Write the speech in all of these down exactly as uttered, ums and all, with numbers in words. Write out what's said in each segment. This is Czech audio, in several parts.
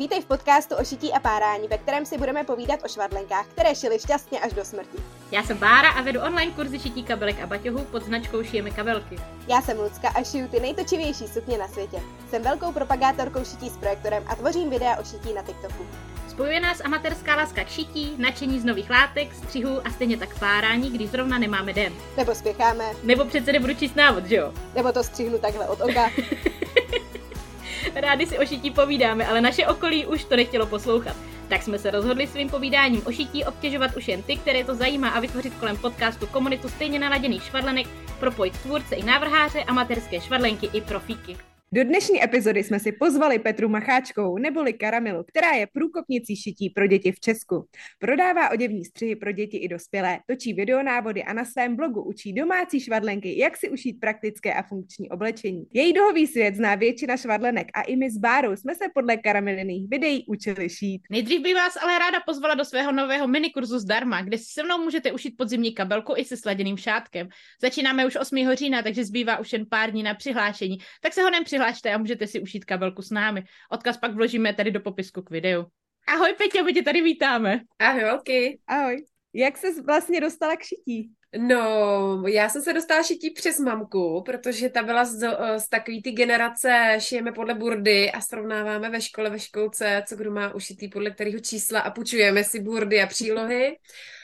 Vítej v podcastu o šití a párání, ve kterém si budeme povídat o švadlenkách, které šily šťastně až do smrti. Já jsem Bára a vedu online kurzy šití kabelek a baťohů pod značkou Šijeme kabelky. Já jsem Lucka a šiju ty nejtočivější sukně na světě. Jsem velkou propagátorkou šití s projektorem a tvořím videa o šití na TikToku. Spojuje nás amatérská láska k šití, nadšení z nových látek, střihů a stejně tak párání, když zrovna nemáme den. Nebo spěcháme. Nebo přece nebudu číst návod, že jo? Nebo to střihnu takhle od oka. Rádi si o šití povídáme, ale naše okolí už to nechtělo poslouchat. Tak jsme se rozhodli svým povídáním o šití obtěžovat už jen ty, které to zajímá, a vytvořit kolem podcastu komunitu stejně naladěných švadlenek, propojit tvůrce i návrháře, amatérské švadlenky i profíky. Do dnešní epizody jsme si pozvali Petru Macháčkovou neboli Karamilu, která je průkopnicí šití pro děti v Česku. Prodává oděvní střihy pro děti i dospělé, točí videonávody a na svém blogu učí domácí švadlenky, jak si ušít praktické a funkční oblečení. Její duhový svět zná většina švadlenek a i my s Bárou jsme se podle Karamiliných videí učili šít. Nejdřív bych vás ale ráda pozvala do svého nového minikurzu zdarma, kde si se mnou můžete ušít podzimní kabelku i se sladěným šátkem. Začínáme už osmého října, takže zbývá už jen pár dní na přihlášení, tak se ho nepřihlašte a můžete si ušít kabelku s námi. Odkaz pak vložíme tady do popisku k videu. Ahoj Peťo, my tě tady vítáme. Ahoj holky. Ahoj. Jak ses vlastně dostala k šití? No, já jsem se dostala šití přes mamku, protože ta byla z, z takový ty generace šijeme podle burdy a srovnáváme ve škole, ve školce, co kdo má ušitý podle kterého čísla a půjčujeme si burdy a přílohy.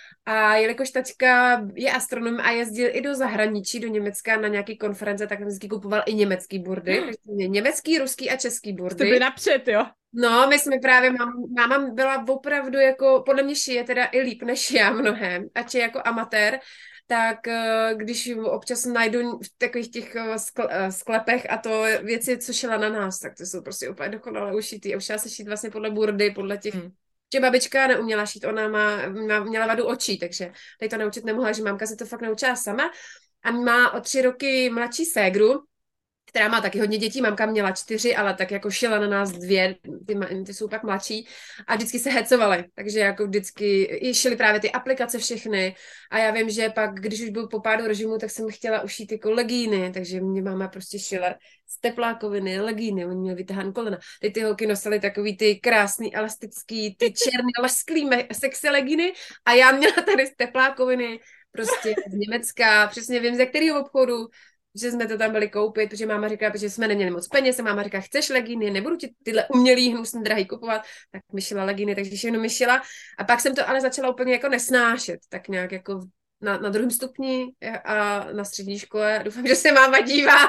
A jelikož tačka je astronom a jezdil i do zahraničí, do Německa na nějaký konference, tak vždycky kupoval i německý burdy. Takže německý, ruský a český burdy. To by napřed, jo? No, my jsme právě, mám, máma byla opravdu jako, podle mě šije teda i líp než já mnohem, ač je jako amatér, tak když občas najdu v takových těch sklepech a to věci, co šila na nás, tak to jsou prostě úplně dokonale ušitý. A učila se šít vlastně podle burdy, podle těch... Hmm. Že babička neuměla šít, ona má, má, měla vadu očí, takže tady to naučit nemohla, že mámka se to fakt naučila sama. A má o tři roky mladší ségru, která má taky hodně dětí, mamka měla čtyři, ale tak jako šila na nás dvě, ty, ty jsou pak mladší a vždycky se hecovaly, takže jako vždycky i šily právě ty aplikace všechny a já vím, že pak, když už byl po pádu režimu, tak jsem chtěla ušít jako legíny, takže mě máma prostě šila z teplákoviny, legíny, oni měli vytahaný kolena. Teď ty holky nosily takový ty krásný, elastický, ty černý, lesklý, sexy legíny a já měla tady z teplákoviny, prostě z Německa, přesně vím, ze kterého obchodu, že jsme to tam byli koupit, protože máma říkala, protože jsme neměli moc peněz a máma říká, chceš legíny, nebudu ti tyhle umělý, hnusný, drahý kupovat, tak mi šila legíny, takže všechno mi šila a pak jsem to ale začala úplně jako nesnášet, tak nějak jako na, na druhém stupni a na střední škole, doufám, že se máma dívá,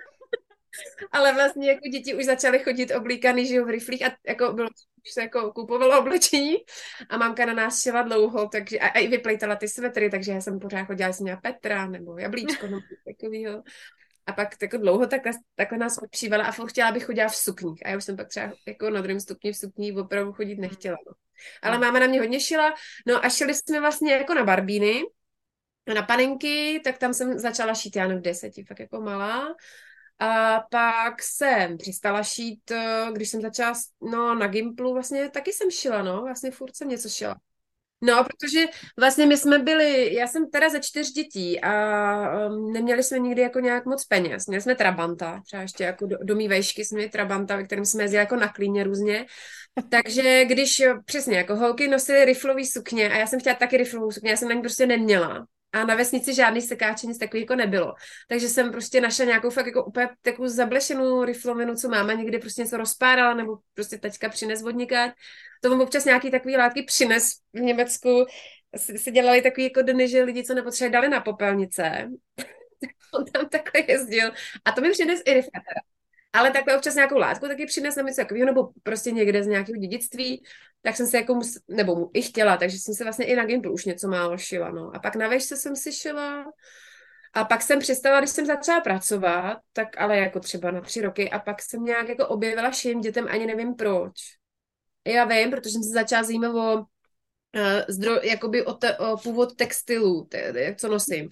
ale vlastně jako děti už začaly chodit oblíkaný, že jo, v riflích a jako bylo, už se jako kupovalo oblečení a mámka na nás šila dlouho, takže a, a i vyplejtala ty svetry, takže já jsem pořád chodila, jsem měla Petra nebo Jablíčko nebo takovýho. A pak jako dlouho takhle, takhle nás odpřívala a furt chtěla, abych chodila v sukních. A já už jsem pak třeba jako na druhém stupni v sukních opravdu chodit nechtěla. No. Ale máma na mě hodně šila. No a šili jsme vlastně jako na barbíny, na panenky, tak tam jsem začala šít, já nevím, v deseti, fakt jako malá. A pak jsem přestala šít, když jsem začala, no na Gimplu vlastně taky jsem šila, no, vlastně furt jsem něco šila. No, protože vlastně my jsme byli, já jsem teda ze čtyř dětí a um, neměli jsme nikdy jako nějak moc peněz. Měli jsme trabanta, třeba ještě jako do, do mý vejšky jsme měli trabanta, ve kterém jsme jezdili jako na klíně různě. Takže když přesně jako holky nosily riflový sukně a já jsem chtěla taky riflovou sukně, já jsem na ní prostě neměla. A na vesnici žádný sekáče, nic takového jako nebylo. Takže jsem prostě našla nějakou fakt jako úplně takovou zablešenou riflovinu, co máma někde prostě něco rozpárala, nebo prostě taťka přines vodníka. To vám občas nějaký takový látky přines v Německu. Se dělali takový jako dny, že lidi, co nepotřebovali, dali na popelnice. On tam takhle jezdil. A to mi přines i rifle teda. Ale takhle občas nějakou látku taky přines na něco takového, nebo prostě někde z nějakého dědictví, tak jsem se jako, mus, nebo i chtěla, takže jsem se vlastně i na Gimplu už něco málo šila, no. A pak na vešce jsem si šila a pak jsem přestala, když jsem začala pracovat, tak ale jako třeba na tři roky a pak jsem nějak jako objevila šijím dětem, ani nevím proč. Já vím, protože jsem se začala zajímat o Uh, zdroj, jakoby o, te, o původ textilu, te, te, co nosím.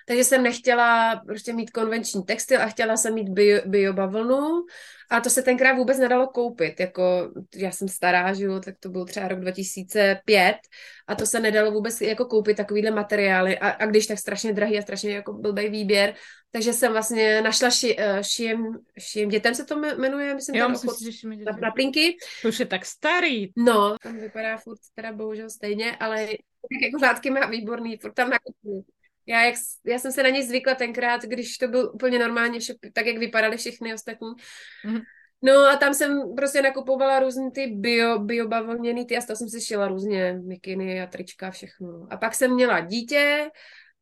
Takže jsem nechtěla prostě mít konvenční textil a chtěla jsem mít bio, biobavlnu a to se tenkrát vůbec nedalo koupit. Jako, já jsem stará, že jo, tak to byl třeba rok dva tisíce pět a to se nedalo vůbec jako koupit takovýhle materiály a, a když tak strašně drahý a strašně jako blbej výběr. Takže jsem vlastně našla ši, šijem, šijem dětem se to jmenuje, myslím, jo, ten myslím obchod si, že na, na plínky. To už je tak starý. No, tam vypadá furt teda bohužel stejně, ale jako řádky má výborný, furt tam nakupuju. Já, jak, já jsem se na něj zvykla tenkrát, když to byl úplně normálně, vše, tak jak vypadaly všechny ostatní. Mm-hmm. No a tam jsem prostě nakupovala různý ty bio, biobavlněný ty a z toho jsem si šila různě mikiny a trička a všechno. A pak jsem měla dítě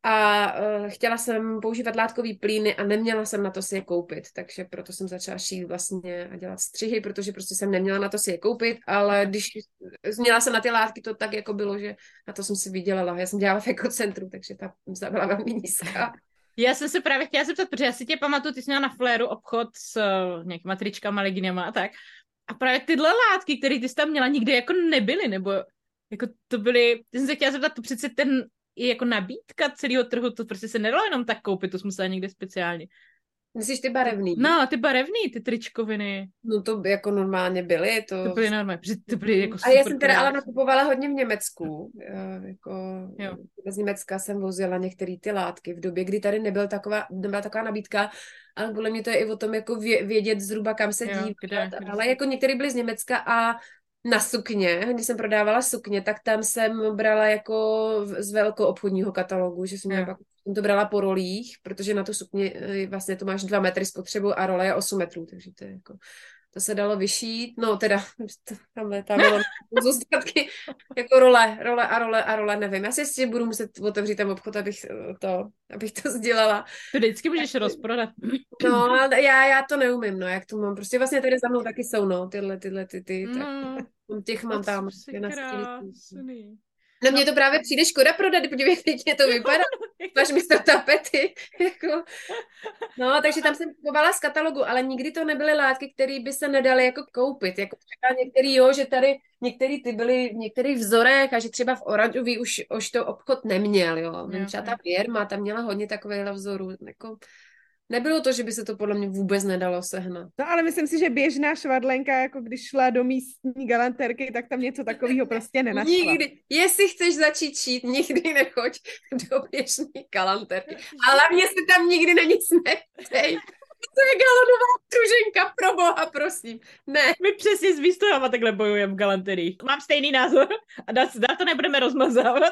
a uh, chtěla jsem používat látkový plíny a neměla jsem na to si je koupit, takže proto jsem začala šít vlastně a dělat střihy, protože prostě jsem neměla na to si je koupit, ale když měla jsem na ty látky, to tak jako bylo, že na to jsem si vydělala. Já jsem dělala v ekocentru, takže ta mzda byla velmi nízká. Já jsem se právě chtěla zeptat, protože já si tě pamatuju, ty jsi měla na Fléru obchod s uh, nějakýma tričkama, leginama a tak. A právě tyhle látky, které ty jsi tam měla, nikdy jako nebyly, nebo jako to byly, ty jsem se chtěla zeptat, to přece ten i jako nabídka celého trhu, to prostě se nedalo jenom tak koupit, to jsme musela někde speciálně. Myslíš ty barevný? No, ty barevný, ty tričkoviny. No to by jako normálně byly. To, to byly normálně, protože to byly jako super. A já jsem teda ale nakupovala hodně v Německu. Jako jo. Z Německa jsem vozila některé ty látky v době, kdy tady nebyl taková, nebyla taková nabídka, ale podle mě to je i o tom jako vědět zhruba, kam se dívat. Kde, kde ale jako některé byly z Německa a na sukně, když jsem prodávala sukně, tak tam jsem brala jako z velkou obchodního katalogu, že jsem, pak, jsem to brala po rolích, protože na tu sukně vlastně to máš dva metry spotřebu a role je osm metrů, takže to je jako, to se dalo vyšít, no teda, tamhle tam bylo zůstatky, jako role, role a role a role, nevím, já si ještě budu muset otevřít ten obchod, abych to, abych to sdělala. To vždycky můžeš rozprodat. No, já, já to neumím, no, jak to mám, prostě vlastně tady za mnou taky jsou, no, tyhle, tyhle, ty, ty, tak, no, těch mám tam. Krásný. No mně to právě přijde škoda prodat, podívej, jak to vypadá. Máš místo tapety. Jako. No, takže tam jsem kupovala z katalogu, ale nikdy to nebyly látky, které by se nedaly jako koupit. Jako třeba některý, jo, že tady některý ty byly v některých vzorech a že třeba v oranžový už, už to obchod neměl, jo. Vím, třeba ta Věrma, tam měla hodně takovýchhle vzorů. Jako, nebylo to, že by se to podle mě vůbec nedalo sehnat. No ale myslím si, že běžná švadlenka, jako když šla do místní galantérky, tak tam něco takového prostě nenašla. Nikdy. Jestli chceš začít šít, nikdy nechoď do běžné galantérky. A hlavně se tam nikdy na nic neptej. To je galonová truženka, pro boha, prosím. Ne. My přesně s výstojama takhle bojujeme v galanterii. Mám stejný názor a dál, dál to nebudeme rozmazávat.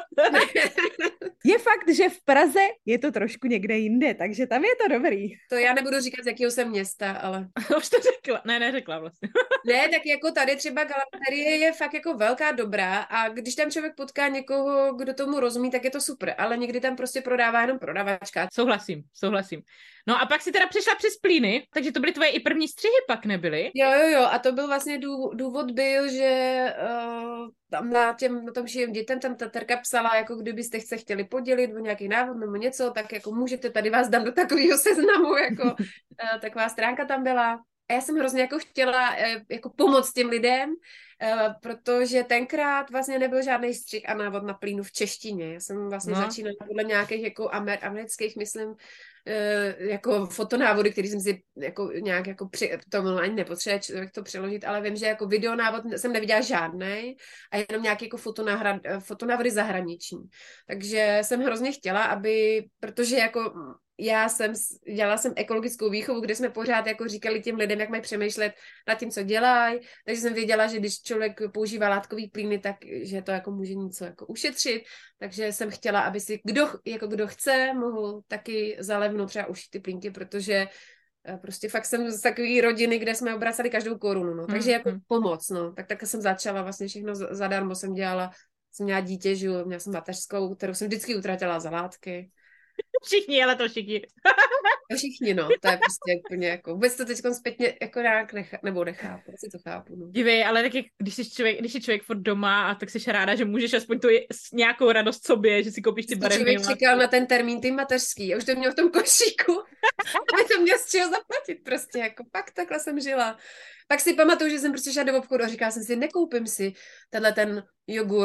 Je fakt, že v Praze je to trošku někde jinde, takže tam je to dobrý. To já nebudu říkat, z jakého jsem města, ale... Už to řekla. Ne, neřekla vlastně. Ne, tak jako tady třeba galanterie je fakt jako velká dobrá a když tam člověk potká někoho, kdo tomu rozumí, tak je to super, ale někdy tam prostě prodává jenom prodavačka. Souhlasím, souhlasím. No a pak si teda přišla přes plíny, takže to byly tvoje i první střihy, pak nebyly? Jo, jo, jo, a to byl vlastně důvod, důvod byl, že uh, tam na, těm, na tom šijím dětem tam ta terka psala, jako kdybyste se chtěli podělit o nějaký návod nebo něco, tak jako můžete, tady vás dám do takového seznamu, jako uh, taková stránka tam byla. A já jsem hrozně jako chtěla uh, jako pomoct těm lidem, uh, protože tenkrát vlastně nebyl žádný střih a návod na plínu v češtině. Já jsem vlastně no. začínala podle nějakých jako amer, amerických, myslím, jako fotonávody, který jsem si jako nějak jako při, to ani nepotřebuje člověk to přeložit, ale vím, že jako videonávod jsem neviděla žádnej a jenom nějaký jako fotonáhrad, fotonávody zahraniční. Takže jsem hrozně chtěla, aby, protože jako já jsem, dělala jsem ekologickou výchovu, kde jsme pořád jako říkali těm lidem, jak mají přemýšlet nad tím, co dělají, takže jsem věděla, že když člověk používá látkový plíny, tak že to jako může něco jako ušetřit, takže jsem chtěla, aby si kdo, jako kdo chce, mohl taky zalevno třeba ušít ty plínky, protože prostě fakt jsem z takové rodiny, kde jsme obracali každou korunu, no, takže jako pomoc, no, tak tak jsem začala vlastně všechno zadarmo jsem dělala, jsem měla dítě, žiju, měla jsem mateřskou, kterou jsem vždycky utratila za látky. Všichni, ale to všichni. Všichni, no, to je prostě úplně jako, vůbec to teď zpětně jako nějak nechá, nebo nechápu, si to chápu, no. Dívej, ale tak jak, když jsi člověk, když jsi člověk furt doma a tak jsi ráda, že můžeš aspoň tu nějakou radost sobě, že si koupíš ty barevné. Člověk čekal na ten termín ty mateřský, a už to měl v tom košíku, aby to měl z čeho zaplatit prostě, jako pak takhle jsem žila. Pak si pamatuju, že jsem prostě šla do obchodu a říkala jsem si, nekoupím si tenhle ten jogurt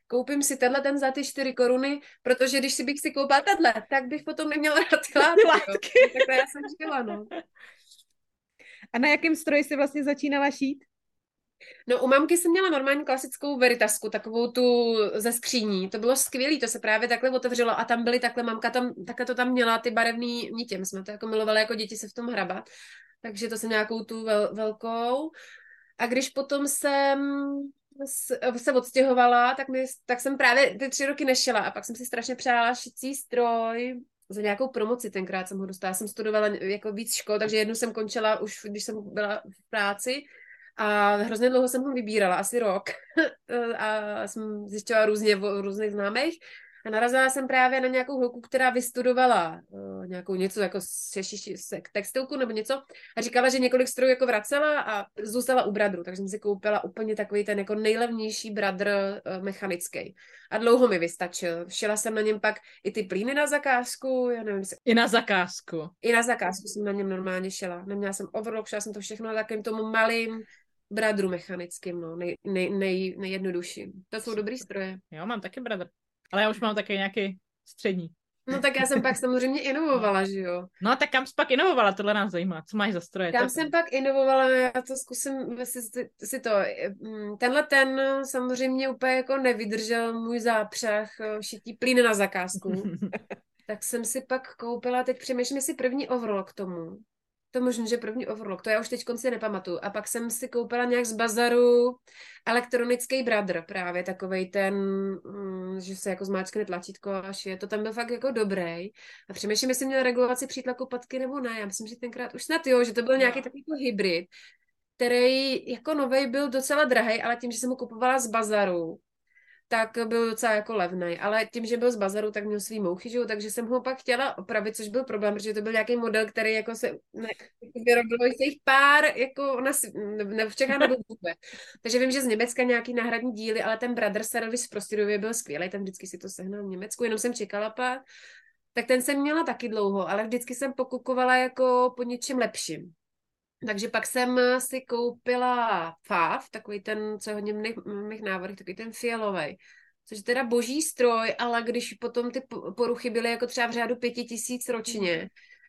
koupím si tenhle ten za ty čtyři koruny, protože když si bych si koupila tenhle, tak bych potom neměla rád ty látky. látky. Takhle já jsem žila, no. A na jakém stroji jsi vlastně začínala šít? No u mamky jsem měla normální klasickou Veritasku, takovou tu ze skříní. To bylo skvělý, to se právě takhle otevřelo a tam byly takhle, mamka tam, takhle to tam měla, ty barevný nitě. My jsme to jako milovali jako děti se v tom hrabat. Takže to jsem nějakou tu vel, velkou. A když potom jsem se odstěhovala, tak, mi, tak jsem právě ty tři roky nešila a pak jsem si strašně přála šicí stroj za nějakou promoci, tenkrát jsem ho dostala. Já jsem studovala jako víc škol, takže jednu jsem končila už, když jsem byla v práci a hrozně dlouho jsem ho vybírala, asi rok a jsem zjišťovala různě o různých známých. A narazila jsem právě na nějakou holku, která vystudovala uh, nějakou něco jako textilku nebo něco a říkala, že několik strojů jako vracela a zůstala u bradru, takže jsem si koupila úplně takový ten jako nejlevnější bradr uh, mechanický. A dlouho mi vystačil. Šila jsem na něm pak i ty plíny na zakázku, já nevím, jestli... I na zakázku. I na zakázku jsem na něm normálně šila. Neměla jsem overlock, šila jsem to všechno na takovým tomu malým bradru mechanickým, no, nej, nej, nej, nejjednodušším. To jsou dobrý stroje. Jo, mám taky bradr. Ale já už mám taky nějaký střední. No tak já jsem pak samozřejmě inovovala, že jo. No a tak kam jsi pak inovovala, tohle nás zajímá. Co máš za stroje? Kam jsem pak inovovala, já to zkusím si, si to. Tenhle ten samozřejmě úplně jako nevydržel můj zápřah šití plíny na zakázku. Tak jsem si pak koupila, teď přemýšlím si první overlock k tomu. To možná, že první overlock, to já už teď konci nepamatuju. A pak jsem si koupila nějak z bazaru elektronický bradr, právě takovej ten, mm, že se jako zmáčkne tlačítko a šije. To tam byl fakt jako dobrý. A přemýšlím, jestli měl regulaci přítlaku patky nebo ne. Já myslím, že tenkrát už snad jo, že to byl nějaký takový jako hybrid, který jako novej byl docela drahej, ale tím, že jsem ho kupovala z bazaru, tak byl docela jako levnej, ale tím, že byl z bazaru, tak měl svý mouchy, že jo, takže jsem ho pak chtěla opravit, což byl problém, protože to byl nějaký model, který jako se ne, vyrobilo jich pár, jako na, ne, v Čechách nebyl vůbec. Takže vím, že z Německa nějaký náhradní díly, ale ten Brother Service v Prostějově byl skvělý, ten vždycky si to sehnal v Německu, jenom jsem čekala pár, tak ten jsem měla taky dlouho, ale vždycky jsem pokukovala jako po něčem lepším. Takže pak jsem si koupila Fav, takový ten, co je hodně mých, mých návrh, takový ten fialový, což je teda boží stroj, ale když potom ty poruchy byly jako třeba v řádu pěti tisíc ročně,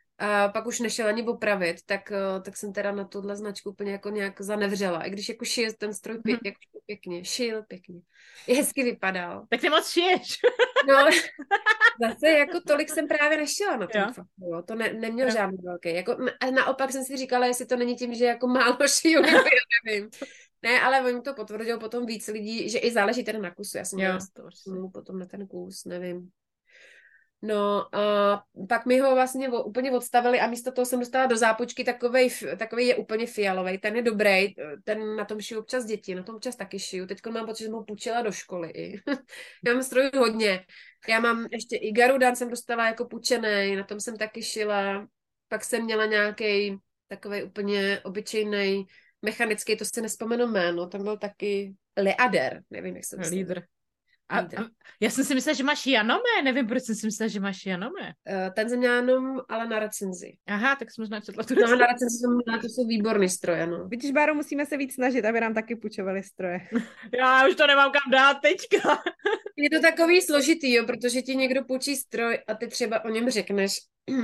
a pak už nešel ani opravit, tak, tak jsem teda na tuhle značku úplně jako nějak zanevřela. I když jako šil ten stroj pěk, jako pěkně, šil pěkně. I hezky vypadal. Tak ty moc šiješ. No, zase jako tolik jsem právě nešila na tom jo. Fakt, jo. To ne, neměl jo. žádný velký. Jako, a naopak jsem si říkala, jestli to není tím, že jako málo šiju, nebo já nevím. Ne, ale oni to potvrdili potom víc lidí, že i záleží teda na kusu. Já jsem měla no, potom na ten kus, nevím. No a pak mi ho vlastně úplně odstavili a místo toho jsem dostala do zápočky takovej, takovej je úplně fialovej, ten je dobrý, ten na tom šiju občas děti, na tom občas taky šiju, teď mám pocit, že jsem ho půjčila do školy i. Já mám strojů hodně, já mám ještě i Garudan jsem dostala jako půjčenej, na tom jsem taky šila, pak jsem měla nějaký takovej úplně obyčejnej mechanický, to si nespomenu jméno, tam byl taky Leader, nevím, jak se to Lídr. A, a já jsem si myslela, že máš Janome, nevím, proč jsem si myslela, že máš Janome. Uh, ten jsem měla jenom, ale na recenzi. Aha, tak jsem možná četla tu recenzi. No, na recenzi jsem měla, to jsou výborný stroje, no. Vidíš, Báro, musíme se víc snažit, aby nám taky půjčovali stroje. Já už to nemám kam dát teďka. Je to takový složitý, jo, protože ti někdo půjčí stroj a ty třeba o něm řekneš,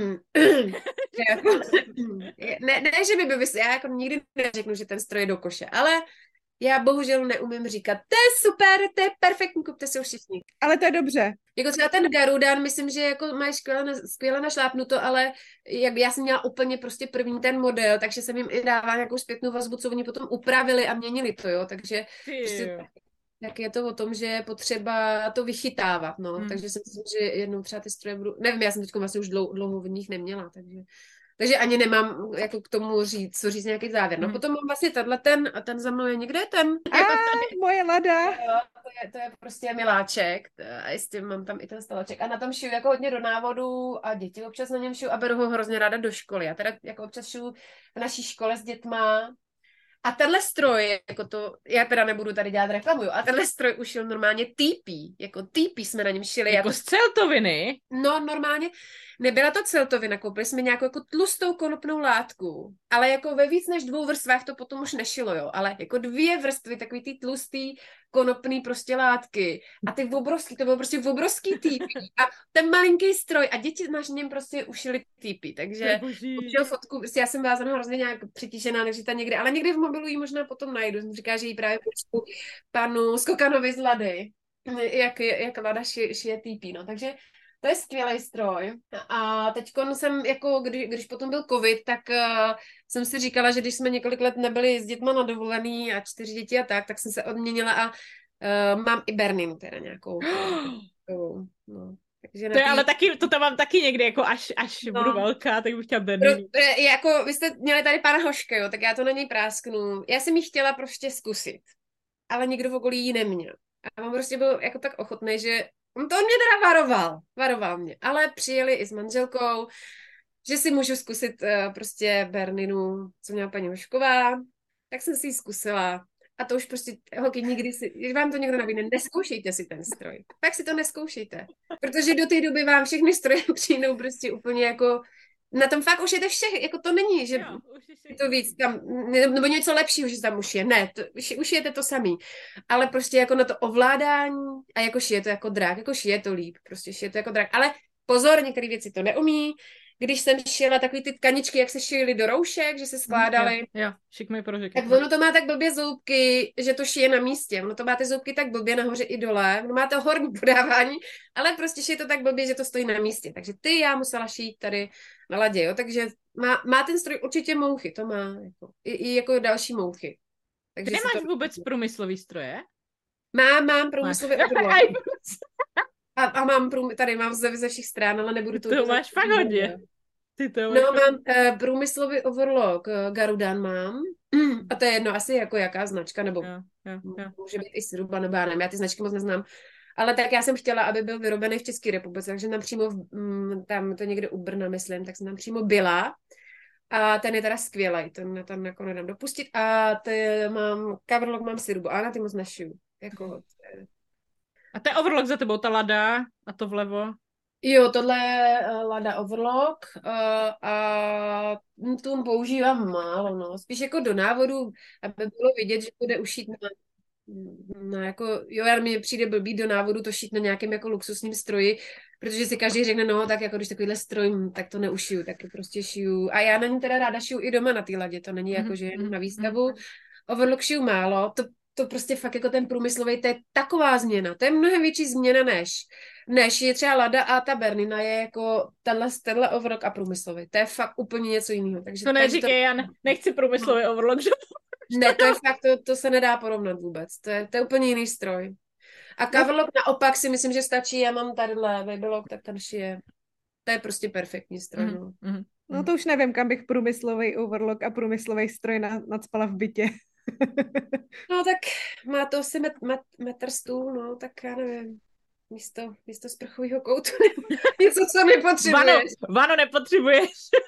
jako, ne, ne, že by byl vys... já jako nikdy neřeknu, že ten stroj je do koše, ale já bohužel neumím říkat, to je super, to je perfektní, kupte si ho všichni. Ale to je dobře. Jako třeba ten Garudan, myslím, že jako máš skvěle, skvěle našlápnuto, ale jak já jsem měla úplně prostě první ten model, takže jsem jim i dávala nějakou zpětnou vazbu, co oni potom upravili a měnili to, jo, takže prostě tak je to o tom, že je potřeba to vychytávat, no, hmm. takže si myslím, že jednou třeba ty stroje budu, nevím, já jsem teď vlastně už dlouho, dlouho v nich neměla, takže Takže ani nemám jako k tomu říct, co říct nějaký závěr. No hmm. potom mám vlastně tenhle ten, a ten za mnou je někde ten. A jako moje Lada. Jo, to, je, to je prostě miláček. A jistě mám tam i ten staloček. A na tom šiju jako hodně do návodu a děti občas na něm šiju a beru ho hrozně ráda do školy. Já teda jako občas šiju v naší škole s dětma. A tenhle stroj, jako to, já teda nebudu tady dělat reklamu, a tenhle stroj ušil normálně týpí, jako týpí jsme na něm šili. Jako to... z celtoviny? No, normálně. Nebyla to celtovina, koupili jsme nějakou jako tlustou konopnou látku, ale jako ve víc než dvou vrstvách to potom už nešilo, jo, ale jako dvě vrstvy, takový ty tlustý konopný prostě látky a ty obrovský, to bylo prostě obrovský týpy a ten malinký stroj a děti na něm prostě ušili týpy, takže ušil fotku, prostě já jsem byla za hrozně nějak přitížená, takže ta někde, ale někde v mobilu ji možná potom najdu, jsem říká, že jí právě počtu panu Skokanovi z Lady, jak, jak Lada šije, šije týpy, no, takže to je skvělý stroj. A teď jsem, jako, když, když potom byl covid, tak uh, jsem si říkala, že když jsme několik let nebyli s dětma na dovolený a čtyři děti a tak, tak jsem se odměnila a uh, mám i Berninu teda nějakou. no. Takže to je tý... ale taky, to tam mám taky někdy, jako až, až no. budu velká, tak bych chtěla Berninu. Pro, je, jako, vy jste měli tady pana Hoška, jo, tak já to na něj prásknu. Já jsem ji chtěla prostě zkusit, ale nikdo v okolí ji neměl. A on prostě byl jako tak ochotný, že on to on mě teda varoval, varoval mě, ale přijeli i s manželkou, že si můžu zkusit uh, prostě Berninu, co měla paní Hošková, tak jsem si ji zkusila a to už prostě, holky, nikdy si, když vám to někdo nabídne, neskoušejte si ten stroj, tak si to neskoušejte, protože do té doby vám všechny stroje přijdou prostě úplně jako, na tom fakt už je to všech, jako to není, že jo, je to víc tam, nebo něco lepšího, že tam už je, ne, to, už jete to samý, ale prostě jako na to ovládání a jako šije to jako drak, jako šije to líp, prostě šije to jako drak, ale pozor, některé věci to neumí, když jsem šila takový ty tkaničky, jak se šily do roušek, že se skládaly, jo, jo, šikmý prožek. Tak ono to má tak blbě zoubky, že to šije na místě, ono to má ty zoubky tak blbě nahoře i dole, ono má to horní podávání, ale prostě šije to tak blbě, že to stojí na místě, takže ty já musela šít tady na ladě, jo, takže má, má ten stroj určitě mouchy, to má, jako, i, i jako další mouchy. Takže ty nemáš to... vůbec průmyslový stroje? Mám, mám průmyslový overlock. a, a mám, prům, tady mám ze, ze všech stran, ale nebudu to... To máš fakt hodně. Ty to no, mám uh, průmyslový overlock, uh, Garudan mám, mm, a to je jedno asi jako jaká značka, nebo jo, jo, jo. může být i Siruba, nebo já nevím, já ty značky moc neznám. Ale tak já jsem chtěla, aby byl vyrobený v České republice, takže tam přímo, mm, tam to někde u Brna, myslím, tak jsem tam přímo byla. A ten je teda skvělej, ten tam jako nedám dopustit. A ty mám, coverlock mám Sirubu, a na ty moc nešiju. Jako, a to je overlock za tebou, ta Lada a to vlevo? Jo, tohle je uh, Lada overlock uh, a tu používám málo, no. Spíš jako do návodu, aby bylo vidět, že bude ušít na No jako, jo, já mně přijde blbý do návodu to šít na nějakém jako luxusním stroji, protože si každý řekne, no, tak jako když takovýhle stroj, tak to neušiju, tak to prostě šiju. A já na ní teda ráda šiju i doma na té ladě, to není jako, že jenom na výstavu. Overlock šiju málo, to, to prostě fakt jako ten průmyslový, to je taková změna, to je mnohem větší změna než, než je třeba Lada a ta Bernina je jako tenhle, tenhle overlock a průmyslový, to je fakt úplně něco jiného. Takže to neříkej, to... já ne, nechci průmyslový overlock, že? Ne, to je fakt, to, to se nedá porovnat vůbec. To je, to je úplně jiný stroj. A coverlock naopak si myslím, že stačí, já mám tadyhle Babylock, tak ten šije. To je prostě perfektní stroj. Mm, no. Mm, no to už nevím, kam bych průmyslový overlock a průmyslový stroj nacpala v bytě. No tak má to asi met, met, metr stůl, no, tak já nevím. Místo, místo sprchového koutu. Něco, co nepotřebuješ. Vano, vano nepotřebuješ.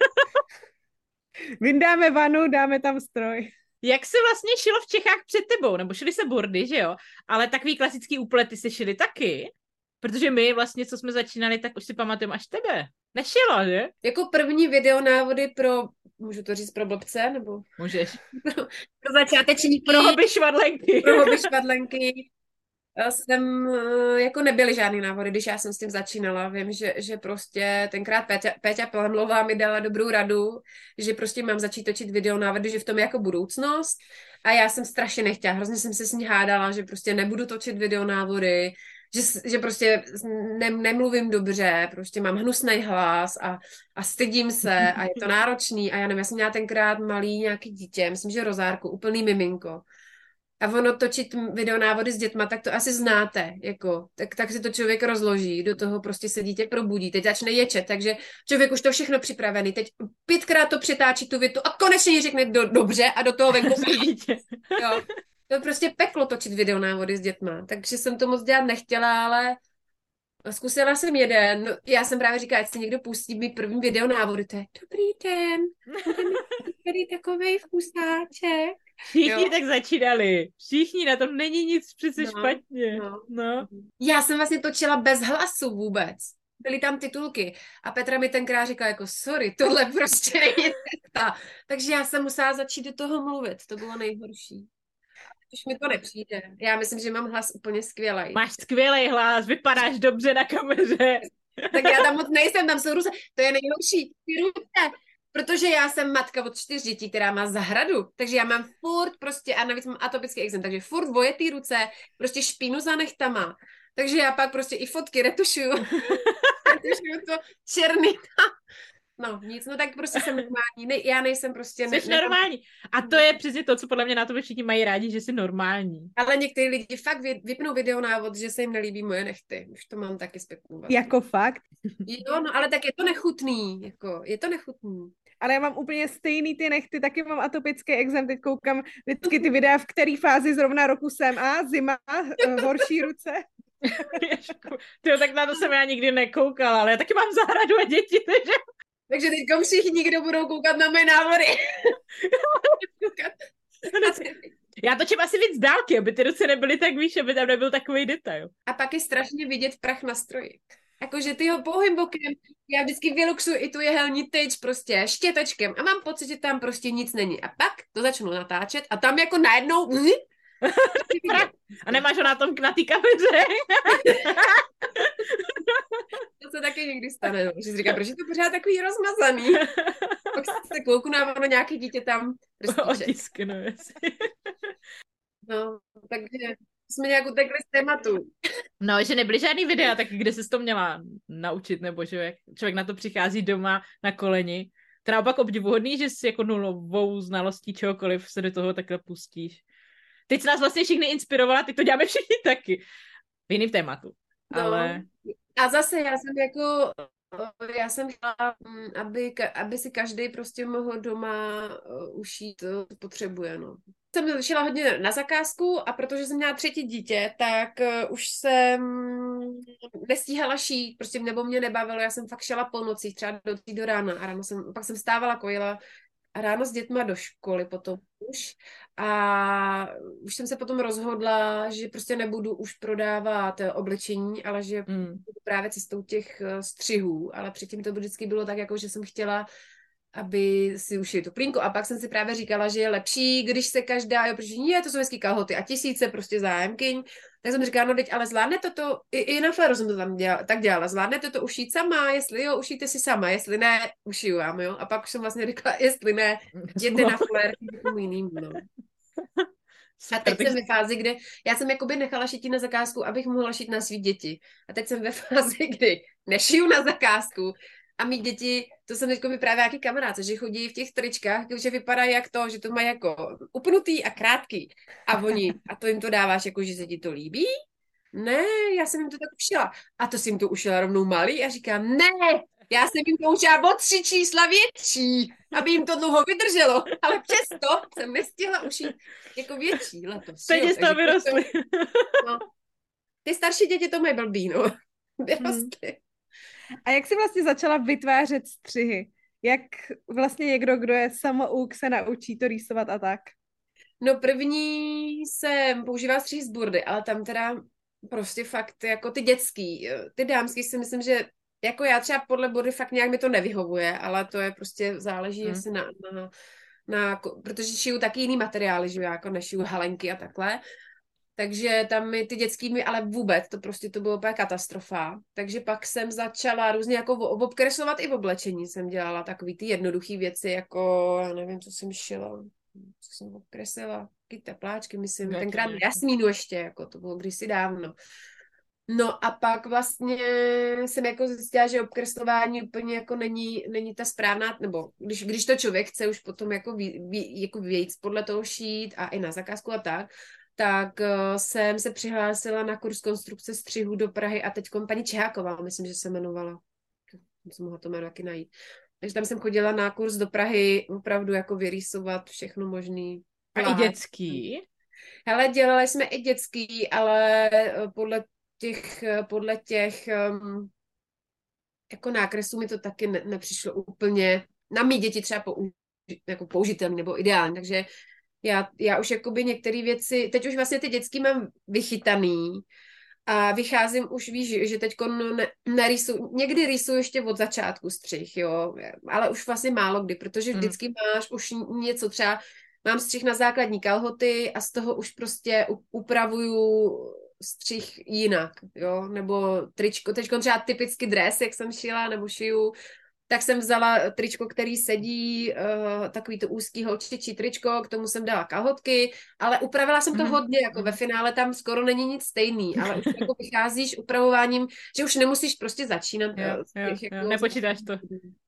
Vyndáme vanu, dáme tam stroj. Jak se vlastně šilo v Čechách před tebou? Nebo šily se bordy, že jo? Ale takový klasický úplety se šily taky? Protože my vlastně, co jsme začínali, tak už si pamatujeme až tebe. Nešilo, že? Jako první videonávody pro, můžu to říct pro blbce, nebo? Můžeš. pro, pro začátečníky. Pro hobby švadlenky. Pro hobby švadlenky. Jsem, jako nebyly žádný návody, když já jsem s tím začínala. Vím, že, že prostě tenkrát Péťa, Péťa Plemlová mi dala dobrou radu, že prostě mám začít točit videonávody, že v tom je jako budoucnost. A já jsem strašně nechtěla. Hrozně jsem se s ní hádala, že prostě nebudu točit videonávody, že, že prostě ne, nemluvím dobře, prostě mám hnusný hlas a, a stydím se a je to náročný. A já nevím, já jsem měla tenkrát malý nějaký dítě, myslím, že Rozárku, úplný miminko. A ono točit videonávody s dětma, tak to asi znáte, jako, tak, tak si to člověk rozloží, do toho prostě se dítě probudí, teď začne ječet, takže člověk už to všechno připravený, teď pětkrát to přetáčí tu větu a konečně ji řekne do, dobře a do toho venku dítě. Jo. To je prostě peklo točit videonávody s dětma, takže jsem to moc dělat nechtěla, ale zkusila jsem jeden, no, já jsem právě říkala, ať si někdo pustí mi první videonávody, to je dobrý den, tady takovej vkusáček. Všichni jo. tak začínali. Všichni, na tom není nic přece no, špatně. No. No. Já jsem vlastně točila bez hlasu vůbec. byly tam titulky. A Petra mi tenkrát říkala jako, sorry, tohle prostě není cesta. Takže já jsem musela začít do toho mluvit. To bylo nejhorší. Už mi to nepřijde. Já myslím, že mám hlas úplně skvělej. Máš skvělý hlas, vypadáš dobře na kameře. Tak já tam moc nejsem, tam jsou ruce. To je nejhorší. Ty ruce. Protože já jsem matka od čtyř dětí, která má zahradu, takže já mám furt prostě, a navíc mám atopický ekzém, takže furt dvojetý ruce, prostě špínu za nechtama. Takže já pak prostě i fotky retušuju. Retušuju to černý. No, nic, no tak prostě jsem normální. Ne, já nejsem prostě... Jsi ne, normální. A to je přesně to, co podle mě na tobě všichni mají rádi, že jsi normální. Ale někteří lidi fakt vypnou videonávod, že se jim nelíbí moje nechty. Už to mám taky zpětnou. Jako fakt? Jo, no ale tak je to nechutný. Jako, je to nechutný. Ale já mám úplně stejný ty nechty, taky mám atopický ekzém, teď koukám vždycky ty videa, v který fázi zrovna roku jsem. A zima, horší ruce. Tyjo, tak na to jsem já nikdy nekoukala, ale já taky mám zahradu a děti, takže... Takže teďka všichni, kdo budou koukat na mé návody. Já točím asi víc dálky, aby ty ruce nebyly tak výš, aby tam nebyl takový detail. A pak je strašně vidět prach na stroji. Jakože ty ho pouhým bokem, já vždycky vyluxuju i tu jehelní tyč prostě štětečkem a mám pocit, že tam prostě nic není. A pak to začnu natáčet a tam jako najednou... A nemáš ho na tom na té kameře? To se taky někdy stane, no. Že si říká, proč je to pořád takový rozmazaný? Pak se kouknu na ono nějaké dítě tam otisky, no jestli. No, takže jsme nějak utekli z tématu. No, že nebyly žádný videa, tak kde jsi to měla naučit, nebo že jak člověk na to přichází doma na koleni. To naopak obdivuhodný, že jsi jako nulovou znalostí čehokoliv se do toho takhle pustíš. Teď jsi nás vlastně všichni inspirovala, teď to děláme všichni taky. V jiným tématu. No. Ale... A zase já jsem jako, já jsem chtěla, aby, aby si každý prostě mohl doma ušít, to potřebuje, no. Jsem šla hodně na zakázku a protože jsem měla třetí dítě, tak už jsem nestíhala šít, prostě nebo mě nebavilo, já jsem fakt šla po nocích, třeba do tří do rána a ráno jsem, pak jsem stávala, kojila a ráno s dětma do školy potom už a už jsem se potom rozhodla, že prostě nebudu už prodávat oblečení, ale že mm. budu právě cestou těch střihů, ale předtím to vždycky bylo tak, jako že jsem chtěla, aby si ušili tu plínku a pak jsem si právě říkala, že je lepší, když se každá, jo, protože nie, to jsou hezký kalhoty a tisíce prostě zájemkyň, tak jsem říkala, no teď, ale zvládnete to, i, i na fléru jsem to tam dělala, tak dělala, zvládnete to ušít sama, jestli jo, ušijte si sama, jestli ne, ušiju vám, jo, a pak už jsem vlastně řekla, jestli ne, jděte na flér k někomu jiným, no. A teď jsem ve fázi, kde já jsem jakoby nechala šití na zakázku, abych mohla šít na svý děti. A teď jsem ve fázi, kdy nešiju na zakázku a mý děti, to jsem teďko mi právě nějaký kamarádce, že chodí v těch tričkách, že vypadají jak to, že to mají jako upnutý a krátký. A oni, a to jim to dáváš jako, že se ti to líbí? Ne, já jsem jim to tak ušila. A to jsem jim to ušila rovnou malý a říkám, ne, já jsem jim to ušila o tři čísla větší, aby jim to dlouho vydrželo. Ale přesto jsem nestihla ušít jako větší letos. Teď z toho vyrostly. No. Ty starší děti to mají blbý, no. Vyrostly. Hmm. A jak jsi vlastně začala vytvářet střihy? Jak vlastně někdo, kdo je samouk, se naučí to rýsovat a tak? No první jsem používala střihy z burdy, ale tam teda prostě fakt jako ty dětský, ty dámský si myslím, že jako já třeba podle burdy fakt nějak mi to nevyhovuje, ale to je prostě záleží, hmm. jestli na, na, na, protože šiju taky jiný materiály, že já jako nešiju halenky a takhle. Takže tam mi ty dětský mi, ale vůbec, to prostě to bylo úplně katastrofa. Takže pak jsem začala různě jako obkreslovat i v oblečení. Jsem dělala takový ty jednoduché věci, jako, já nevím, co jsem šila, co jsem obkreslila, taky tepláčky, myslím, no, tenkrát jasmínu ještě, jako to bylo kdysi dávno. No a pak vlastně jsem jako zjistila, že obkreslování úplně jako není, není ta správná, nebo když, když to člověk chce už potom jako, ví, ví, jako víc podle toho šít a i na zakázku a tak, tak uh, jsem se přihlásila na kurz konstrukce střihů do Prahy a teď paní Čeháková, myslím, že se jmenovala. Jsem mohla to jméno taky najít. Takže tam jsem chodila na kurz do Prahy opravdu jako vyrýsovat všechno možný. A i dětský? Hele, dělali jsme i dětský, ale podle těch, podle těch um, jako nákresů mi to taky ne, nepřišlo úplně na mý děti třeba použi, jako použitelný nebo ideální, takže Já, já už jakoby některé věci, teď už vlastně ty dětský mám vychytaný A vycházím už, víš, že teď ne, nerýsu, někdy rýsuju ještě od začátku střih, jo, ale už vlastně málo kdy, protože vždycky máš už něco, třeba mám střih na základní kalhoty a z toho už prostě upravuju střih jinak, jo, nebo tričko, teďko třeba typicky dres, jak jsem šila, nebo šiju, tak jsem vzala tričko, který sedí, uh, takový to úzký holčičí tričko, k tomu jsem dala kalhotky, ale upravila jsem to mm. hodně, jako ve finále tam skoro není nic stejný, ale už jako vycházíš upravováním, že už nemusíš prostě začínat. Jo, jo, těch, jo, jako, nepočítáš to.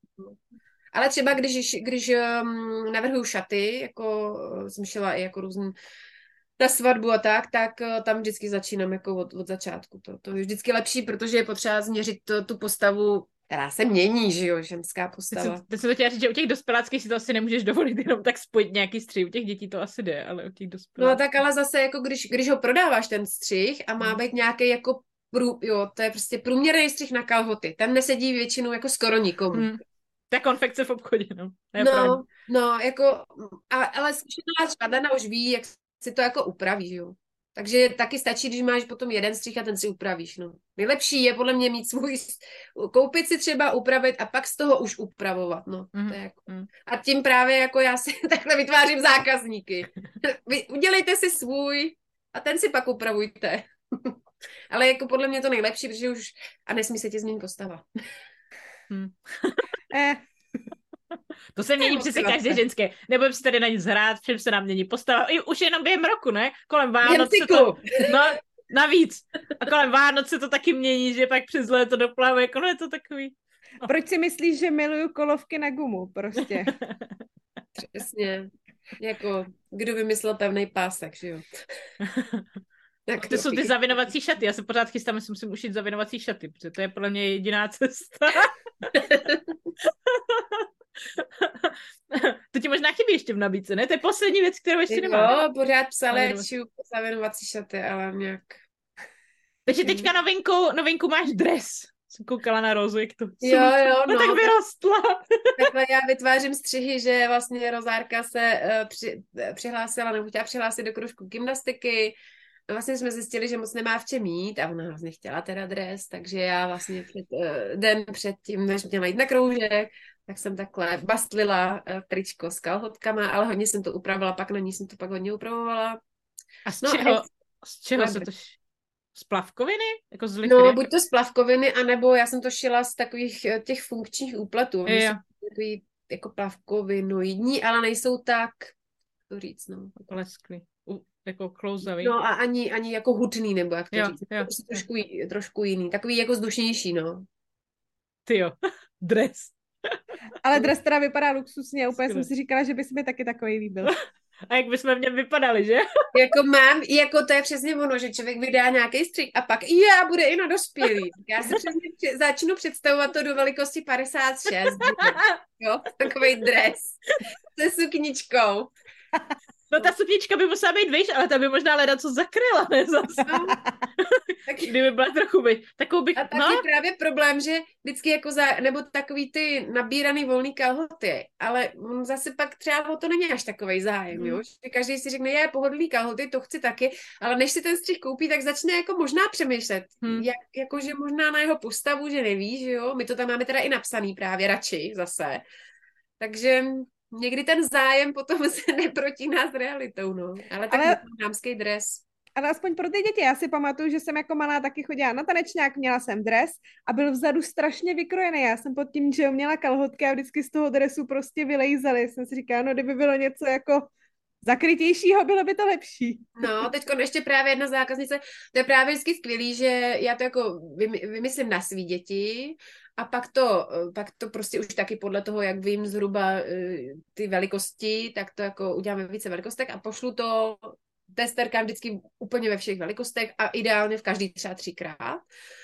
Ale třeba když, když um, navrhuju šaty, jako jsem šila i jako různý na svatbu a tak, tak tam vždycky začínám jako od, od začátku. To, to je vždycky lepší, protože je potřeba změřit to, tu postavu, která se mění, že jo, ženská postava. Teď jsem to chtěla říct, že u těch dospěláckých si to asi nemůžeš dovolit jenom tak spojit nějaký střih, u těch dětí to asi jde, ale u těch dospěláckých... No tak ale zase, jako když, když ho prodáváš ten střih a má být nějaký jako, prů, jo, to je prostě průměrný střih na kalhoty, tam nesedí většinou jako skoro nikomu. Hmm. Ta konfekce v obchodě, no. No, no, jako, a, ale zkušená švadlena už ví, jak si to jako upraví, jo. Takže taky stačí, když máš potom jeden střih a ten si upravíš, no. Nejlepší je podle mě mít svůj, koupit si třeba, upravit a pak z toho už upravovat, no. Mm. To je jako. A tím právě jako já si takhle vytvářím zákazníky. Vy udělejte si svůj a ten si pak upravujte. Ale jako podle mě to nejlepší, protože už, a nesmí se ti změnit postava. Hmm. eh. To se mění přesně každé ženské. Nebudeme si tady na nic hrát, všem se nám mění postava. I už jenom během roku, ne? Kolem Vánoc se to... No, navíc. A kolem Vánoc se to taky mění, že pak přes léto doplavuje. Jako no je to takový... No. Proč si myslíš, že miluju kolovky na gumu? Prostě. Přesně. Jako, kdo vymyslel pevný pásek, že jo? Tak to jsou ty zavinovací šaty. Já se pořád chystám, jestli musím ušít zavinovací šaty, protože to je podle mě jediná cesta. To ti možná chybí ještě v nabídce, ne? To je poslední věc, kterou ještě nemám. Jo, pořád psali, šiju zavinovací šaty, ale nějak... Takže teďka novinku, novinku máš dres. Jsem koukala na Rozu, jak to... Jo, jo, no. no tak vyrostla. Takhle já vytvářím střihy, že vlastně Rozárka se uh, při, přihlásila, nebo chtěla přihlásit do kroužku gymnastiky. No vlastně jsme zjistili, že moc nemá v čem jít a ona vlastně chtěla teda dres, takže já vlastně před, uh, den předtím, než měla jít na kroužek, tak jsem takhle bastlila uh, tričko s kalhotkama, ale hodně jsem to upravila, pak na ní jsem to pak hodně upravovala. A z no, čeho, a z čeho se to... Z plavkoviny? Jako z no, buď to z plavkoviny, anebo já jsem to šila z takových těch funkčních úpletů. Oni jsou takový jako plavkovinoidní, ale nejsou tak, to říct, no. Lesklý. Jako klouzavý. No a ani, ani jako hutný, nebo jak to jo, říct. Jo, prostě trošku, trošku jiný. Takový jako vzdušnější, no. Ty jo, dres. Ale dres teda vypadá luxusně a úplně jsem si říkala, že by se mi taky takový líbil. A jak bychom v něm vypadali, že? Jako mám, jako to je přesně ono, že člověk vydá nějaký střih a pak já bude i na dospělý. Já si přesně začnu představovat to do velikosti padesát šest. Jo, takovej dres se sukničkou. No ta suknička by musela být výš, ale ta by možná leda co zakryla, ne zase. No, taky... Kdyby byla trochu výš. Takovou bych... A taky no? právě problém, že vždycky jako za, nebo takový ty nabíraný volný kalhoty, ale zase pak třeba o to není až takovej zájem, hmm. jo. Že každý si řekne, je pohodlný kalhoty, to chci taky, ale než si ten střih koupí, tak začne jako možná přemýšlet, hmm. jak, jako že možná na jeho postavu, že neví, že jo. My to tam máme teda i napsaný právě radši zase. Takže... Někdy ten zájem potom se neprotíná s realitou, no. Ale tak ale, dámský dres. Ale aspoň pro ty děti. Já si pamatuju, že jsem jako malá taky chodila na tanečňák, měla jsem dres a byl vzadu strašně vykrojený. Já jsem pod tím, že měla kalhotky a vždycky z toho dresu prostě vylejzaly. Jsem si říkala, no kdyby bylo něco jako zakrytějšího, bylo by to lepší. No, teďko ještě právě jedna zákaznice, to je právě vždycky skvělý, že já to jako vymyslím na svý děti a pak to, pak to prostě už taky podle toho, jak vím zhruba ty velikosti, tak to jako uděláme více velikostek a pošlu to testerkám vždycky úplně ve všech velikostech a ideálně v každý třeba třikrát.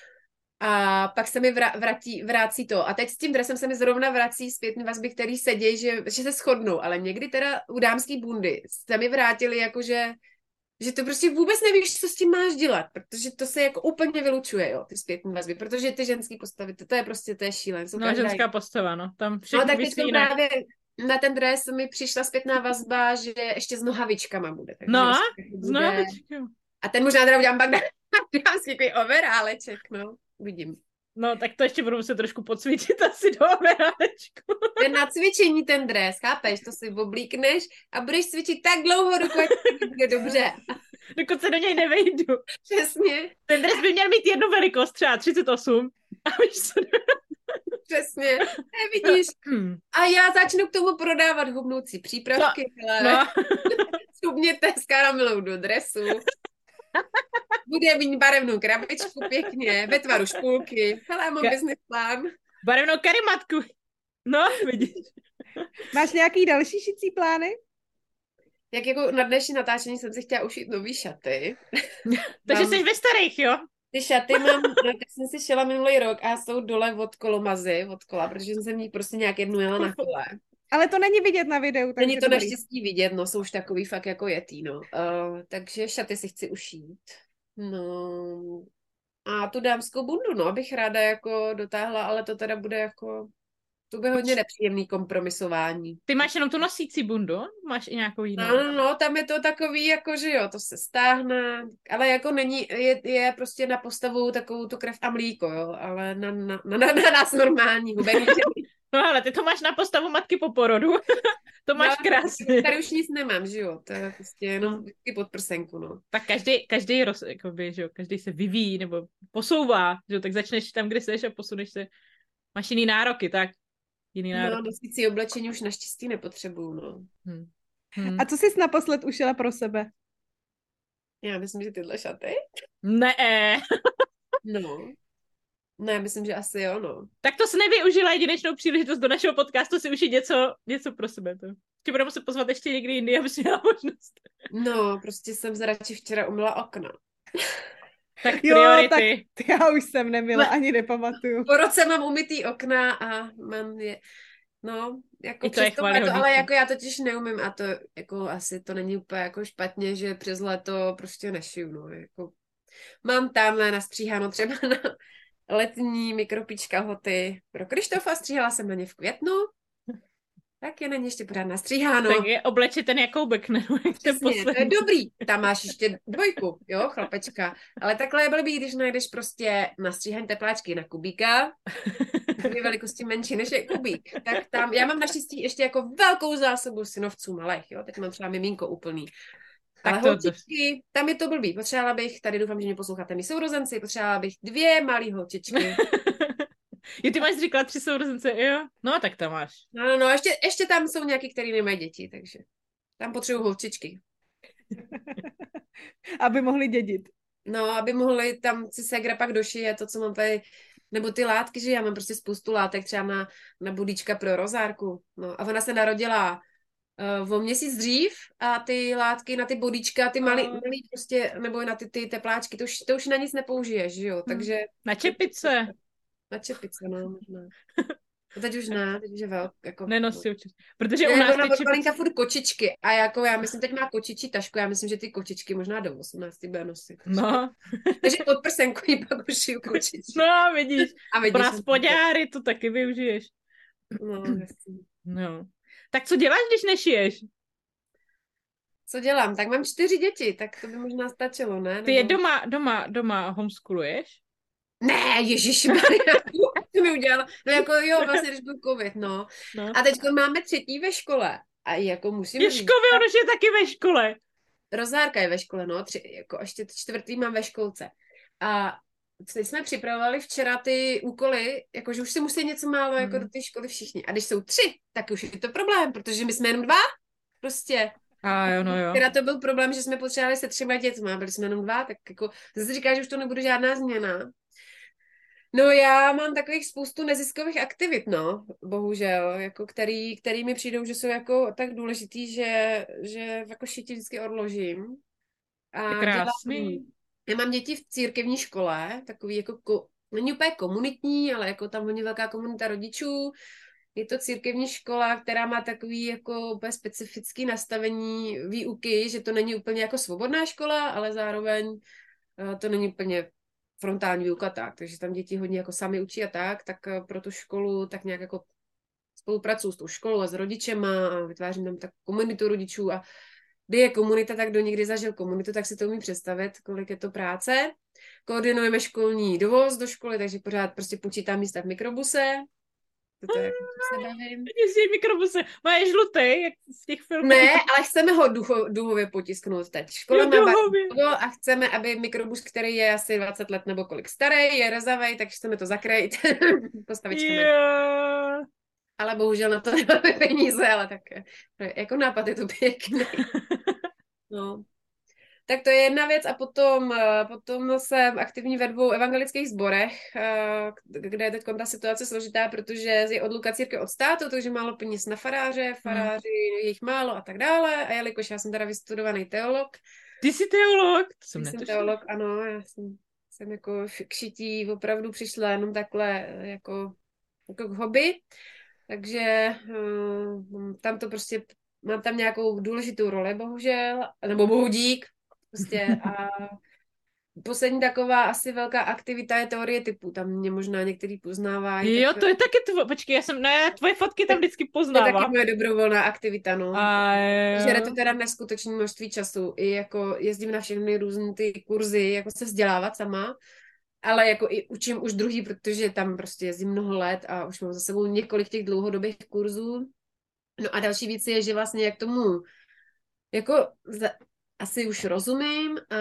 A pak se mi vrátí, vrací to. A teď s tím dresem se mi zrovna vrací zpětný vazby, který sedějí, že, že se shodnou. Ale někdy teda u dámský bundy se mi vrátili jakože, že to prostě vůbec nevíš, co s tím máš dělat, protože to se jako úplně vylučuje, jo, ty zpětný vazby, protože ty ženský postavy, to, to je prostě, to je šílen. No, každá... ženská postava, no. Tam všechno no, tak teď právě na ten dres mi přišla zpětná vazba, že ještě s nohavičkama bude. No, bude. S nohavičkama. A ten možná teda udělám pak na, Dám si takový overáleček, no. Vidím. No, tak to ještě budu muset trošku pocvičit asi do obrálečku. To je na cvičení ten dres, chápeš? To si oblíkneš a budeš cvičit tak dlouho, dokud to bude dobře. Dokud se do něj nevejdu. Přesně. Ten dres by měl mít jednu velikost, třeba třicet osm. A víš co? Přesně. Nevidíš. A já začnu k tomu prodávat hubnoucí přípravky. No. no. Zhubněte s karamelou do dresu. Bude mít barevnou krabičku pěkně, ve tvaru špulky. Hele, mám Ka- business plán. Barevnou karimatku. No, vidíš. Máš nějaký další šicí plány? Jak jako na dnešní natáčení jsem si chtěla ušít nový šaty. Takže jsi ve starých, jo? Ty šaty mám, tak jsem si šila minulý rok a jsou dole od kolomazy, od kola, protože jsem se v ní prostě nějak jednu jela na kole. Ale to není vidět na videu. Není to naštěstí vidět, no, jsou už takový fakt jako jetý, no. Uh, takže šaty si chci ušít. No. A tu dámskou bundu, no, abych ráda jako dotáhla, ale to teda bude jako, to bude hodně nepříjemný kompromisování. Ty máš jenom tu nosící bundu? Máš i nějakou jinou? No, no, no, tam je to takový, jako, že jo, to se stáhne, ale jako není, je, je prostě na postavu takovou tu krev a mlíko, jo, ale na, na, na, na, na nás normální hubený. No ale ty to máš na postavu matky po porodu. To máš no, krásně. Tady už nic nemám, že jo, to je prostě jenom vždycky pod prsenku, no. Tak každý, každý, roz, jakoby, že jo, každý se vyvíjí nebo posouvá, že jo, tak začneš tam, kde seš a posuneš se. Máš jiný nároky, tak? Jiný nároky. No, nosící oblečení už naštěstí nepotřebuju, no. Hmm. Hmm. A co jsi naposled ušila pro sebe? Já myslím, že tyhle šaty. Ne. No. Ne, myslím, že asi jo, no. Tak to jsi nevyužila jedinečnou příležitost do našeho podcastu si ušít něco, něco pro sebe. To. Tě budeme se pozvat ještě někdy jindy, abys měla možnost. No, prostě jsem radši včera umyla okna. Tak priority. Jo, tak já už jsem neměla, ani nepamatuju. Po roce mám umytý okna a mám je... No, jako to je to, ale jako já totiž neumím a to jako asi to není úplně jako špatně, že přes léto prostě nešiju, no, jako mám tamhle nastříháno třeba na letní mikropíčka hoty pro Krištofa, stříhala jsem na ně v květnu, tak je na ně ještě pořád nastříháno. Tak je obleči ten Jakoubek, ne? Přesně, to je dobrý, tam máš ještě dvojku, jo, chlapečka, ale takhle je blbý, když najdeš prostě nastříhaný tepláčky na kubíka, dvě velikosti menší než je kubík, tak tam, já mám naštěstí ještě jako velkou zásobu synovců malých, jo, teď mám třeba miminko úplný. Ale tak to, holčičky, tam je to blbý. Potřebovala bych, tady doufám, že mě posloucháte mý sourozenci, potřebovala bych dvě malý holčičky. Jo, ty máš říkala tři sourozence, jo? No, tak tam máš. No, no, no, ještě, ještě tam jsou nějaký, který nemají děti, takže tam potřebuju holčičky. Aby mohli dědit. No, aby mohli tam si segra pak došije to, co mám tady, nebo ty látky, že já mám prostě spoustu látek třeba na, na budíčka pro rozárku. No, a ona se narodila Uh, o měsíc dřív a ty látky na ty bodíčka, ty malý, malý prostě, nebo na ty, ty tepláčky, to už, to už na nic nepoužiješ, že jo, takže... Na čepice. Na čepice, no, možná. No teď už ne, teď už je velk, jako... Nenosí určitě. Protože ne, u nás ona ty čepice... čepice... furt kočičky a jako já myslím, teď má kočičí tašku, já myslím, že ty kočičky možná do osmnácti bude nosit. No. Takže pod prsenku jí pak ušiju kočičky. No, vidíš. A vidíš. Pro spodňáry to taky využiješ. No, jasný. No. Tak co děláš, když nešiješ? Co dělám? Tak mám čtyři děti, tak to by možná stačilo, ne? Ty je doma, doma, doma homeschooluješ? Ne, ježišmarja, to mi udělala. No jako jo, vlastně, když byl covid, no. no. A teď máme třetí ve škole. A jako musím Ježkovi, on už je taky ve škole. Rozárka je ve škole, no. Tři, jako ještě čtvrtý mám ve školce. A teď jsme připravovali včera ty úkoly, jakože už si musí něco málo jako hmm. do té školy všichni. A když jsou tři, tak už je to problém, protože my jsme jenom dva. Prostě. A jo, no jo. Teda to byl problém, že jsme potřebovali se třema dětma, byli jsme jenom dva, tak jako zase říká, že už to nebude žádná změna. No já mám takových spoustu neziskových aktivit, no, bohužel, jako který, který mi přijdou, že jsou jako tak důležitý, že, že jako šití vždycky odložím. A krásný. Dělám, já mám děti v církevní škole, takový jako, ko, není úplně komunitní, ale jako tam hodně velká komunita rodičů. Je to církevní škola, která má takový jako úplně specifický nastavení výuky, že to není úplně jako svobodná škola, ale zároveň uh, to není úplně frontální výuka tak, takže tam děti hodně jako sami učí a tak, tak uh, pro tu školu tak nějak jako spolupracuju s tou školou a s rodičema a vytvářím tam tak komunitu rodičů a kdy je komunita, tak kdo někdy zažil komunitu, tak si to umí představit, kolik je to práce. Koordinujeme školní dovoz do školy, takže pořád prostě počítám místa v mikrobuse. To je, jako, se bavím. Jezdí mikrobuse. Má je žlutý, jak v těch filmech. Ne, ale chceme ho ducho, duhově potisknout teď. Škola má duhově a chceme, aby mikrobus, který je asi dvacet let nebo kolik starý, je rezavej, tak chceme to zakrýt postavičkami. Yeah. Ale bohužel na to nemáme peníze, ale tak jako nápad je to pěkný. No. Tak to je jedna věc a potom, potom jsem aktivní ve dvou evangelických sborech, kde je teď ta situace složitá, protože je odluka církve od státu, takže málo peněz na faráře, faráři, je jich málo a tak dále. A jelikož já jsem teda vystudovaný teolog. Ty jsi teolog? To jsem jsem teolog, ano, já jsem, jsem jako k šití opravdu přišla jenom takhle jako, jako k hobby. Takže um, tam to prostě, mám tam nějakou důležitou roli, bohužel, nebo bohu dík. Prostě a poslední taková asi velká aktivita je teorie typu. Tam mě možná některý poznávají. Jo, tak... to je taky tvoje, počkej, já jsem, ne, tvoje fotky tam vždycky poznávám. To je taky moje dobrovolná aktivita, no. A Žere to teda neskutečné množství času. I jako jezdím na všechny různé ty kurzy, jako se vzdělávat sama, ale jako i učím už druhý, protože tam prostě jezdím mnoho let a už mám za sebou několik těch dlouhodobých kurzů. No a další věc je, že vlastně jak tomu jako za, asi už rozumím a, a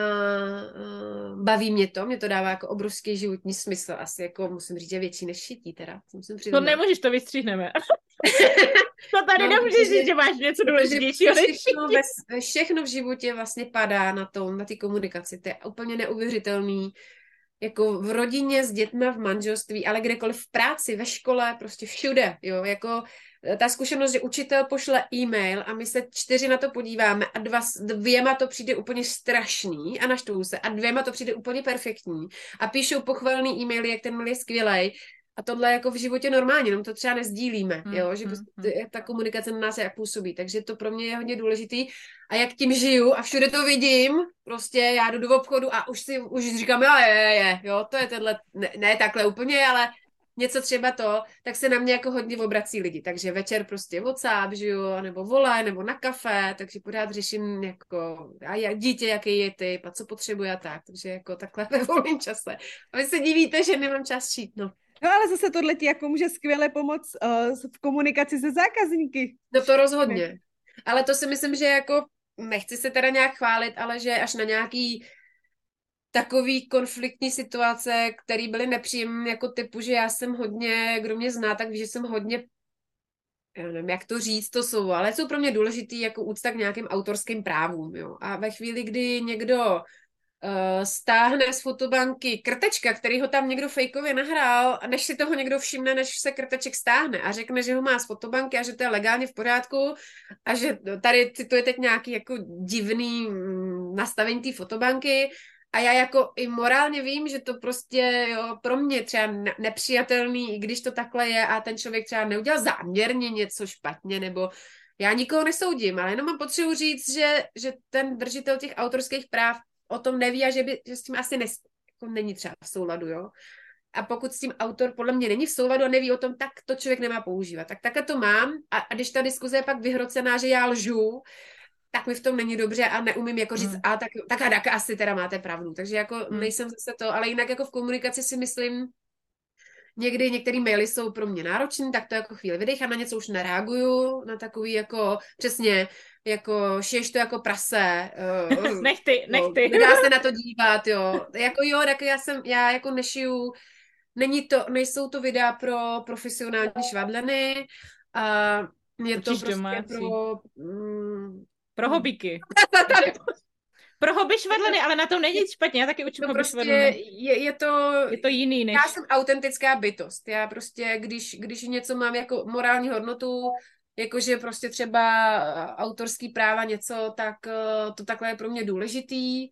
baví mě to, mě to dává jako obrovský životní smysl, asi jako musím říct, že větší než šití teda. Musím to nemůžeš, to vystříhneme. To tady no, nemůžeš říct, že máš něco důležitějšího než všechno, ve, všechno v životě vlastně padá na tom, na té komunikaci. To je úplně neuvěřitelný. Jako v rodině, s dětma, v manželství, ale kdekoliv v práci, ve škole, prostě všude, jo, jako ta zkušenost, že učitel pošle e-mail a my se čtyři na to podíváme a dva, dvěma to přijde úplně strašný a naštvou se a dvěma to přijde úplně perfektní a píšou pochvalný e-maily, jak ten mail je skvělej a tohle jako v životě normálně, jenom to třeba nezdílíme, mm, jo, že mm, mm. ta komunikace na nás jak působí, takže to pro mě je hodně důležitý a jak tím žiju a všude to vidím, prostě já jdu do obchodu a už si už říkám, jo, je, je, je, jo, to je tenhle, ne, ne takhle úplně, ale něco třeba to, tak se na mě jako hodně obrací lidi, takže večer prostě WhatsApp, že jo, nebo volaj, nebo na kafe, takže pořád řeším jako a já, dítě, jaký je typ a co potřebuje a tak, takže jako takhle ve volném čase. A vy se divíte, že nemám čas šít, no. No ale zase tohle ti jako může skvěle pomoct uh, v komunikaci se zákazníky. No to rozhodně. Ale to si myslím, že jako, nechci se teda nějak chválit, ale že až na nějaký takový konfliktní situace, které byly nepříjemné, jako typu, že já jsem hodně, kdo mě zná, tak ví, že jsem hodně, já nevím, jak to říct, to slovo, ale jsou pro mě důležitý jako úcta k nějakým autorským právům, jo. A ve chvíli, kdy někdo uh, stáhne z fotobanky krtečka, který ho tam někdo fejkově nahrál, a než si toho někdo všimne, než se krteček stáhne a řekne, že ho má z fotobanky a že to je legálně v pořádku a že tady cituje teď nějaký jako divný mm, nastavení té fotobanky. A já jako i morálně vím, že to prostě jo, pro mě třeba nepřijatelný, i když to takhle je a ten člověk třeba neudělal záměrně něco špatně, nebo já nikoho nesoudím, ale jenom mám potřebu říct, že, že ten držitel těch autorských práv o tom neví a že, by, že s tím asi nes, jako není třeba v souladu, jo. A pokud s tím autor podle mě není v souladu a neví o tom, tak to člověk nemá používat. Tak takhle to mám a, a když ta diskuze je pak vyhrocená, že já lžu, tak mi v tom není dobře a neumím jako říct, mm. a tak, tak a tak asi teda máte pravdu. Takže jako mm. nejsem zase to, ale jinak jako v komunikaci si myslím, někdy některé maily jsou pro mě náročné, tak to jako chvíli vydech a na něco už nereaguju, na takový jako přesně, jako šiješ to jako prase. Uh, nech ty, nech ty. Nedá se na to dívat, jo. Jako jo, tak já jsem, já jako nešiju, není to, nejsou to videa pro profesionální švadleny a je to prostě domácí. pro... Mm, Pro hobíky. Pro hobby švadleny, ale na tom není nic špatně, já taky učím to hobby prostě švadleny. Je, je, to, je to jiný než... Já jsem autentická bytost. Já prostě, když, když něco mám jako morální hodnotu, jakože prostě třeba autorský práva něco, tak to takhle je pro mě důležitý.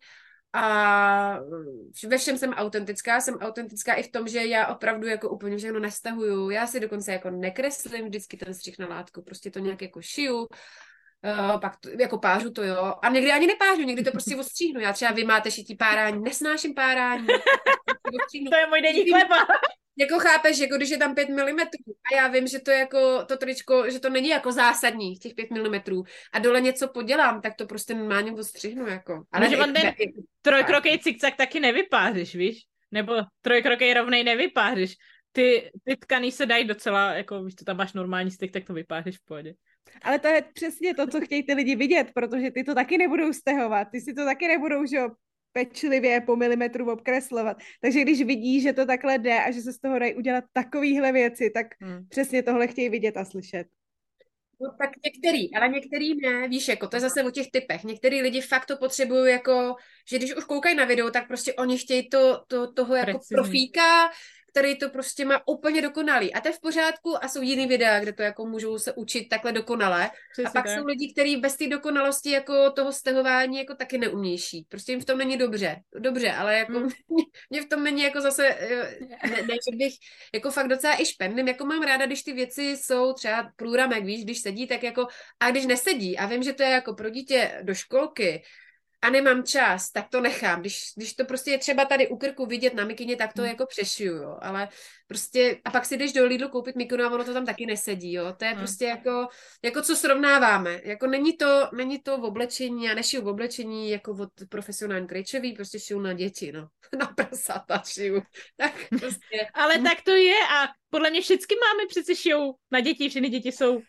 A ve všem jsem autentická. Jsem autentická i v tom, že já opravdu jako úplně všechno nestahuju. Já si dokonce jako nekreslím vždycky ten střih na látku. Prostě to nějak jako šiju. Uh, pak to, jako pářu to jo. A někdy ani nepářu, někdy to prostě ostříhnu. Já třeba vy máte šití párání, nesnáším párání. To je můj denní chleba. jako chápeš, jako když je tam pět milimetrů a já vím, že to jako, to tričko, že to není jako zásadní, těch pět milimetrů a dole něco podělám, tak to prostě normálně odstřihnu, jako. Ale že on ten trojkrokej cikcak taky nevypářeš, víš? Nebo trojkrokej rovnej nevypářeš. Ty, ty tkaný se dají docela, jako víš, to tam máš normální styk, tak to vypářeš v pohodě. Ale to je přesně to, co chtějí ty lidi vidět, protože ty to taky nebudou stahovat, ty si to taky nebudou, že jo, pečlivě po milimetru obkreslovat. Takže když vidí, že to takhle jde a že se z toho dají udělat takovýhle věci, tak hmm. přesně tohle chtějí vidět a slyšet. No tak některý, ale některý ne, víš, jako to je zase o těch typech. Některý lidi fakt to potřebují jako, že když už koukají na video, tak prostě oni chtějí to, to, toho jako Precizní. Profíka, který to prostě má úplně dokonalý. A to je v pořádku a jsou jiný videa, kde to jako můžou se učit takhle dokonale. Přesně a pak tak. Jsou lidi, kteří bez té dokonalosti jako toho stahování jako taky neumější. Prostě jim v tom není dobře. Dobře, ale jako hmm. mě v tom není jako zase, ne, ne, že bych jako fakt docela i špendlím. Jako mám ráda, když ty věci jsou třeba průramek, víš, když sedí, tak jako, a když nesedí a vím, že to je jako pro dítě do školky, a nemám čas, tak to nechám. Když, když to prostě je třeba tady u krku vidět na mikině, tak to hmm. jako přešiju, jo. Ale prostě, a pak si jdeš do Lidlu koupit mikinu a ono to tam taky nesedí, jo. To je hmm. prostě jako, jako co srovnáváme. Jako není to, není to v oblečení, já nešiju v oblečení jako od profesionální krejčový, prostě šiju na děti, no. Na prasata šiju. Tak prostě. Ale tak to je a podle mě všichni máme přece šijou na děti, všechny děti jsou.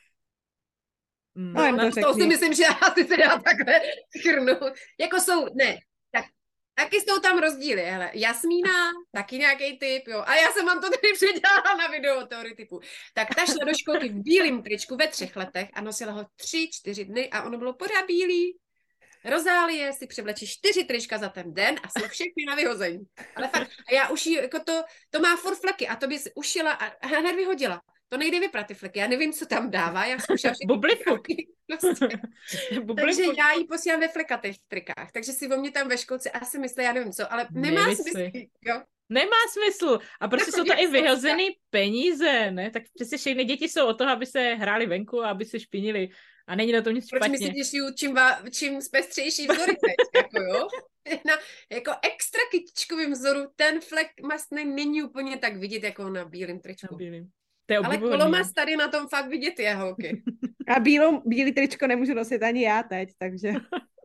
No, no, to, to si myslím, že asi se dá takhle chrnu. Jako jsou, ne, tak, taky jsou tam rozdíly, hele. Jasmína, taky nějaký typ, jo. A já jsem vám to tady předělala na video teorii typu. Tak ta šla do školky v bílém tričku ve třech letech a nosila ho tři, čtyři dny a ono bylo pořád bílý. Rozálie si převlečí čtyři trička za ten den a jsou všechny na vyhození. Ale fakt, a já už jí, jako to, to má furt fleky a to by si ušila a hned vyhodila. To nejde vyprat ty fleky, já nevím, co tam dává, já zkoušela všechny fleky. Prostě. Takže já jí posílám ve flekatých trikách, takže si o mě tam ve školce asi myslí, já nevím co, ale nemá Nevysli. smysl, jo. Nemá smysl. A prostě jsou to i vyhozený peníze, ne? Tak přece všechny děti jsou o toho, aby se hráli venku a aby se špinili. A není na tom nic špatně. Proč myslíš, že čím, čím zpestřejší vzory teď, jako jo? Na jako extra kytičkovým vzoru ten flek mastný není úplně tak vidět, jako na bílém tričku. Na bílým. Ale kolomas tady na tom fakt vidět je, holky. A bílou, bílý tričko nemůžu nosit ani já teď, takže...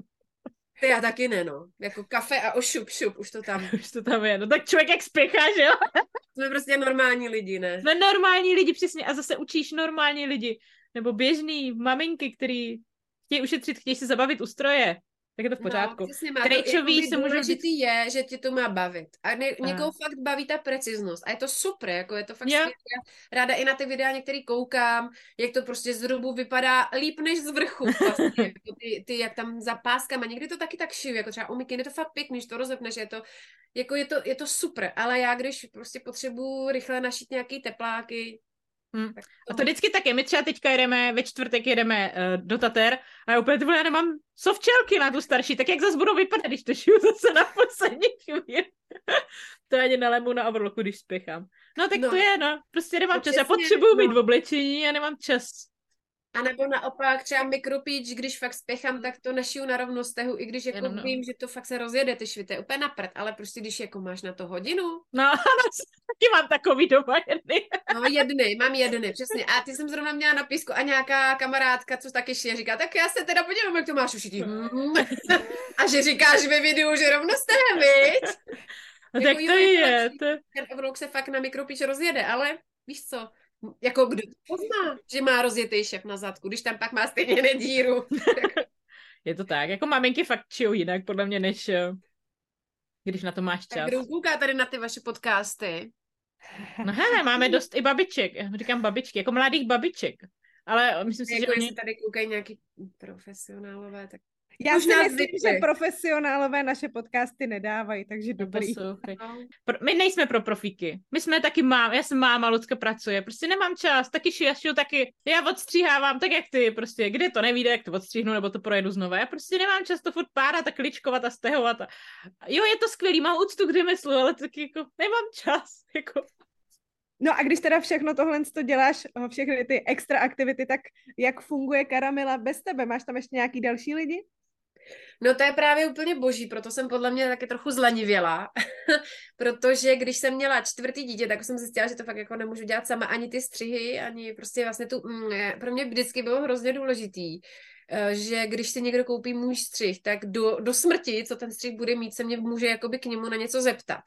Ty já taky ne, no. Jako kafe a ošup, šup, už to tam. Už to tam je, no tak člověk jak spěchá, že jo? Jsme prostě normální lidi, ne? Jsme normální lidi, přesně, a zase učíš normální lidi. Nebo běžný maminky, který chtějí ušetřit, chtějí se zabavit u stroje. Tak je to v pořádku. No, přesně, má to, jako se může být... je, že tě to má bavit. A ne, někoho fakt baví ta preciznost. A je to super, jako je to fakt yeah. Ráda i na ty videa některý koukám, jak to prostě z rubu vypadá líp než z vrchu. Vlastně. Jako ty, ty, jak tam za páskama. Někdy to taky tak šiju, jako třeba u mikiny, je to fakt pěkný, že to rozepneš, je to, jako je to, je to super. Ale já, když prostě potřebuji rychle našít nějaký tepláky, Hmm. A to vždycky tak je. My třeba teďka jedeme, ve čtvrtek jedeme uh, do Tater a já úplně, já nemám sovčelky na tu starší, tak jak zase budou vypadat, když to šiju zase na poslední chvíli. To ani nelemu na overlocku, když spěchám. No tak no. to je, no. Prostě nemám čas. Já potřebuju no. mít v oblečení a nemám čas. A nebo naopak třeba mikropíč, když fakt spěchám, tak to našiju na rovnostehu, i když jako Jenom, no. vím, že to fakt se rozjede, ty švity, úplně na prd, ale prostě když jako máš na to hodinu. No, taky mám takový doma jedny. No jedny, mám jedny, přesně. A ty jsem zrovna měla na písku a nějaká kamarádka, co taky šije, říká, tak já se teda podívám, jak to máš ušitý. A že říkáš ve videu, že rovnostehem, viď? No tak to je. To... Ten overlock se fakt na mikropíč rozjede, ale víš co? Jako kdo to pozná, že má rozjetý šef na zadku, když tam pak má stejně nedíru. Je to tak, jako maminky fakt čijou jinak, podle mě, než když na to máš čas. Tak kdo kouká tady na ty vaše podcasty? No hele, máme dost i babiček, já říkám babičky, jako mladých babiček, ale myslím si, jako že oni... tady koukají nějaký profesionálové, tak... Já si myslím, zvykli. že profesionálové naše podcasty nedávají, takže dobrý. Pro, my nejsme pro profíky. My jsme taky mám, já jsem máma, Lucka pracuje, prostě nemám čas, taky šiju, šiju taky, já odstříhávám tak jak ty, prostě, kde to nevíde, jak to odstříhnu, nebo to projedu znovu. Já prostě nemám čas to furt párat a kličkovat a stehovat. A... Jo, je to skvělý, mám úctu k řemeslu, ale taky jako nemám čas, jako... No a když teda všechno tohle to děláš, všechny ty extra aktivity, tak jak funguje Karamela bez tebe? Máš tam ještě nějaký další lidi? No to je právě úplně boží, proto jsem podle mě taky trochu zlenivěla, protože když jsem měla čtvrtý dítě, tak jsem zjistila, že to fakt jako nemůžu dělat sama, ani ty střihy, ani prostě vlastně tu, mm, pro mě vždycky bylo hrozně důležitý, že když si někdo koupí můj střih, tak do, do smrti, co ten střih bude mít, se mě může jakoby k němu na něco zeptat.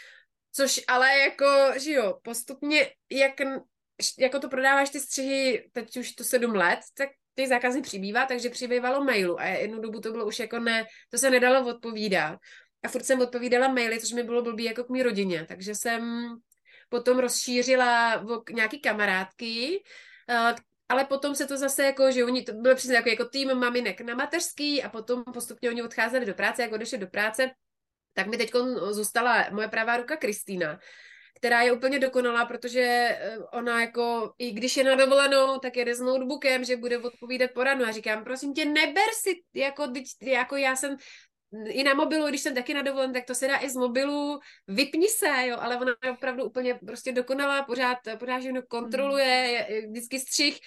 Což ale jako, že jo, postupně, jak, jako to prodáváš ty střihy, teď už to sedm let, tak těch zákazů přibývá, takže přibývalo mailu a jednu dobu to bylo už jako ne, to se nedalo odpovídat. A furt jsem odpovídala maily, což mi bylo blbý jako k mý rodině, takže jsem potom rozšířila o nějaký kamarádky, ale potom se to zase jako, že oni, to bylo přesně jako, jako tým maminek na mateřský a potom postupně oni odcházeli do práce, jak odešli do práce, tak mi teď zůstala moje pravá ruka Kristýna, která je úplně dokonalá, protože ona jako, i když je na dovolenou, tak jede s notebookem, že bude odpovídat poradu a říkám, prosím tě, neber si, jako, jako já jsem i na mobilu, když jsem taky na dovolené, tak to se dá i z mobilu, vypni se, jo, ale ona je opravdu úplně prostě dokonalá, pořád, pořád všechno kontroluje, je, vždycky střih,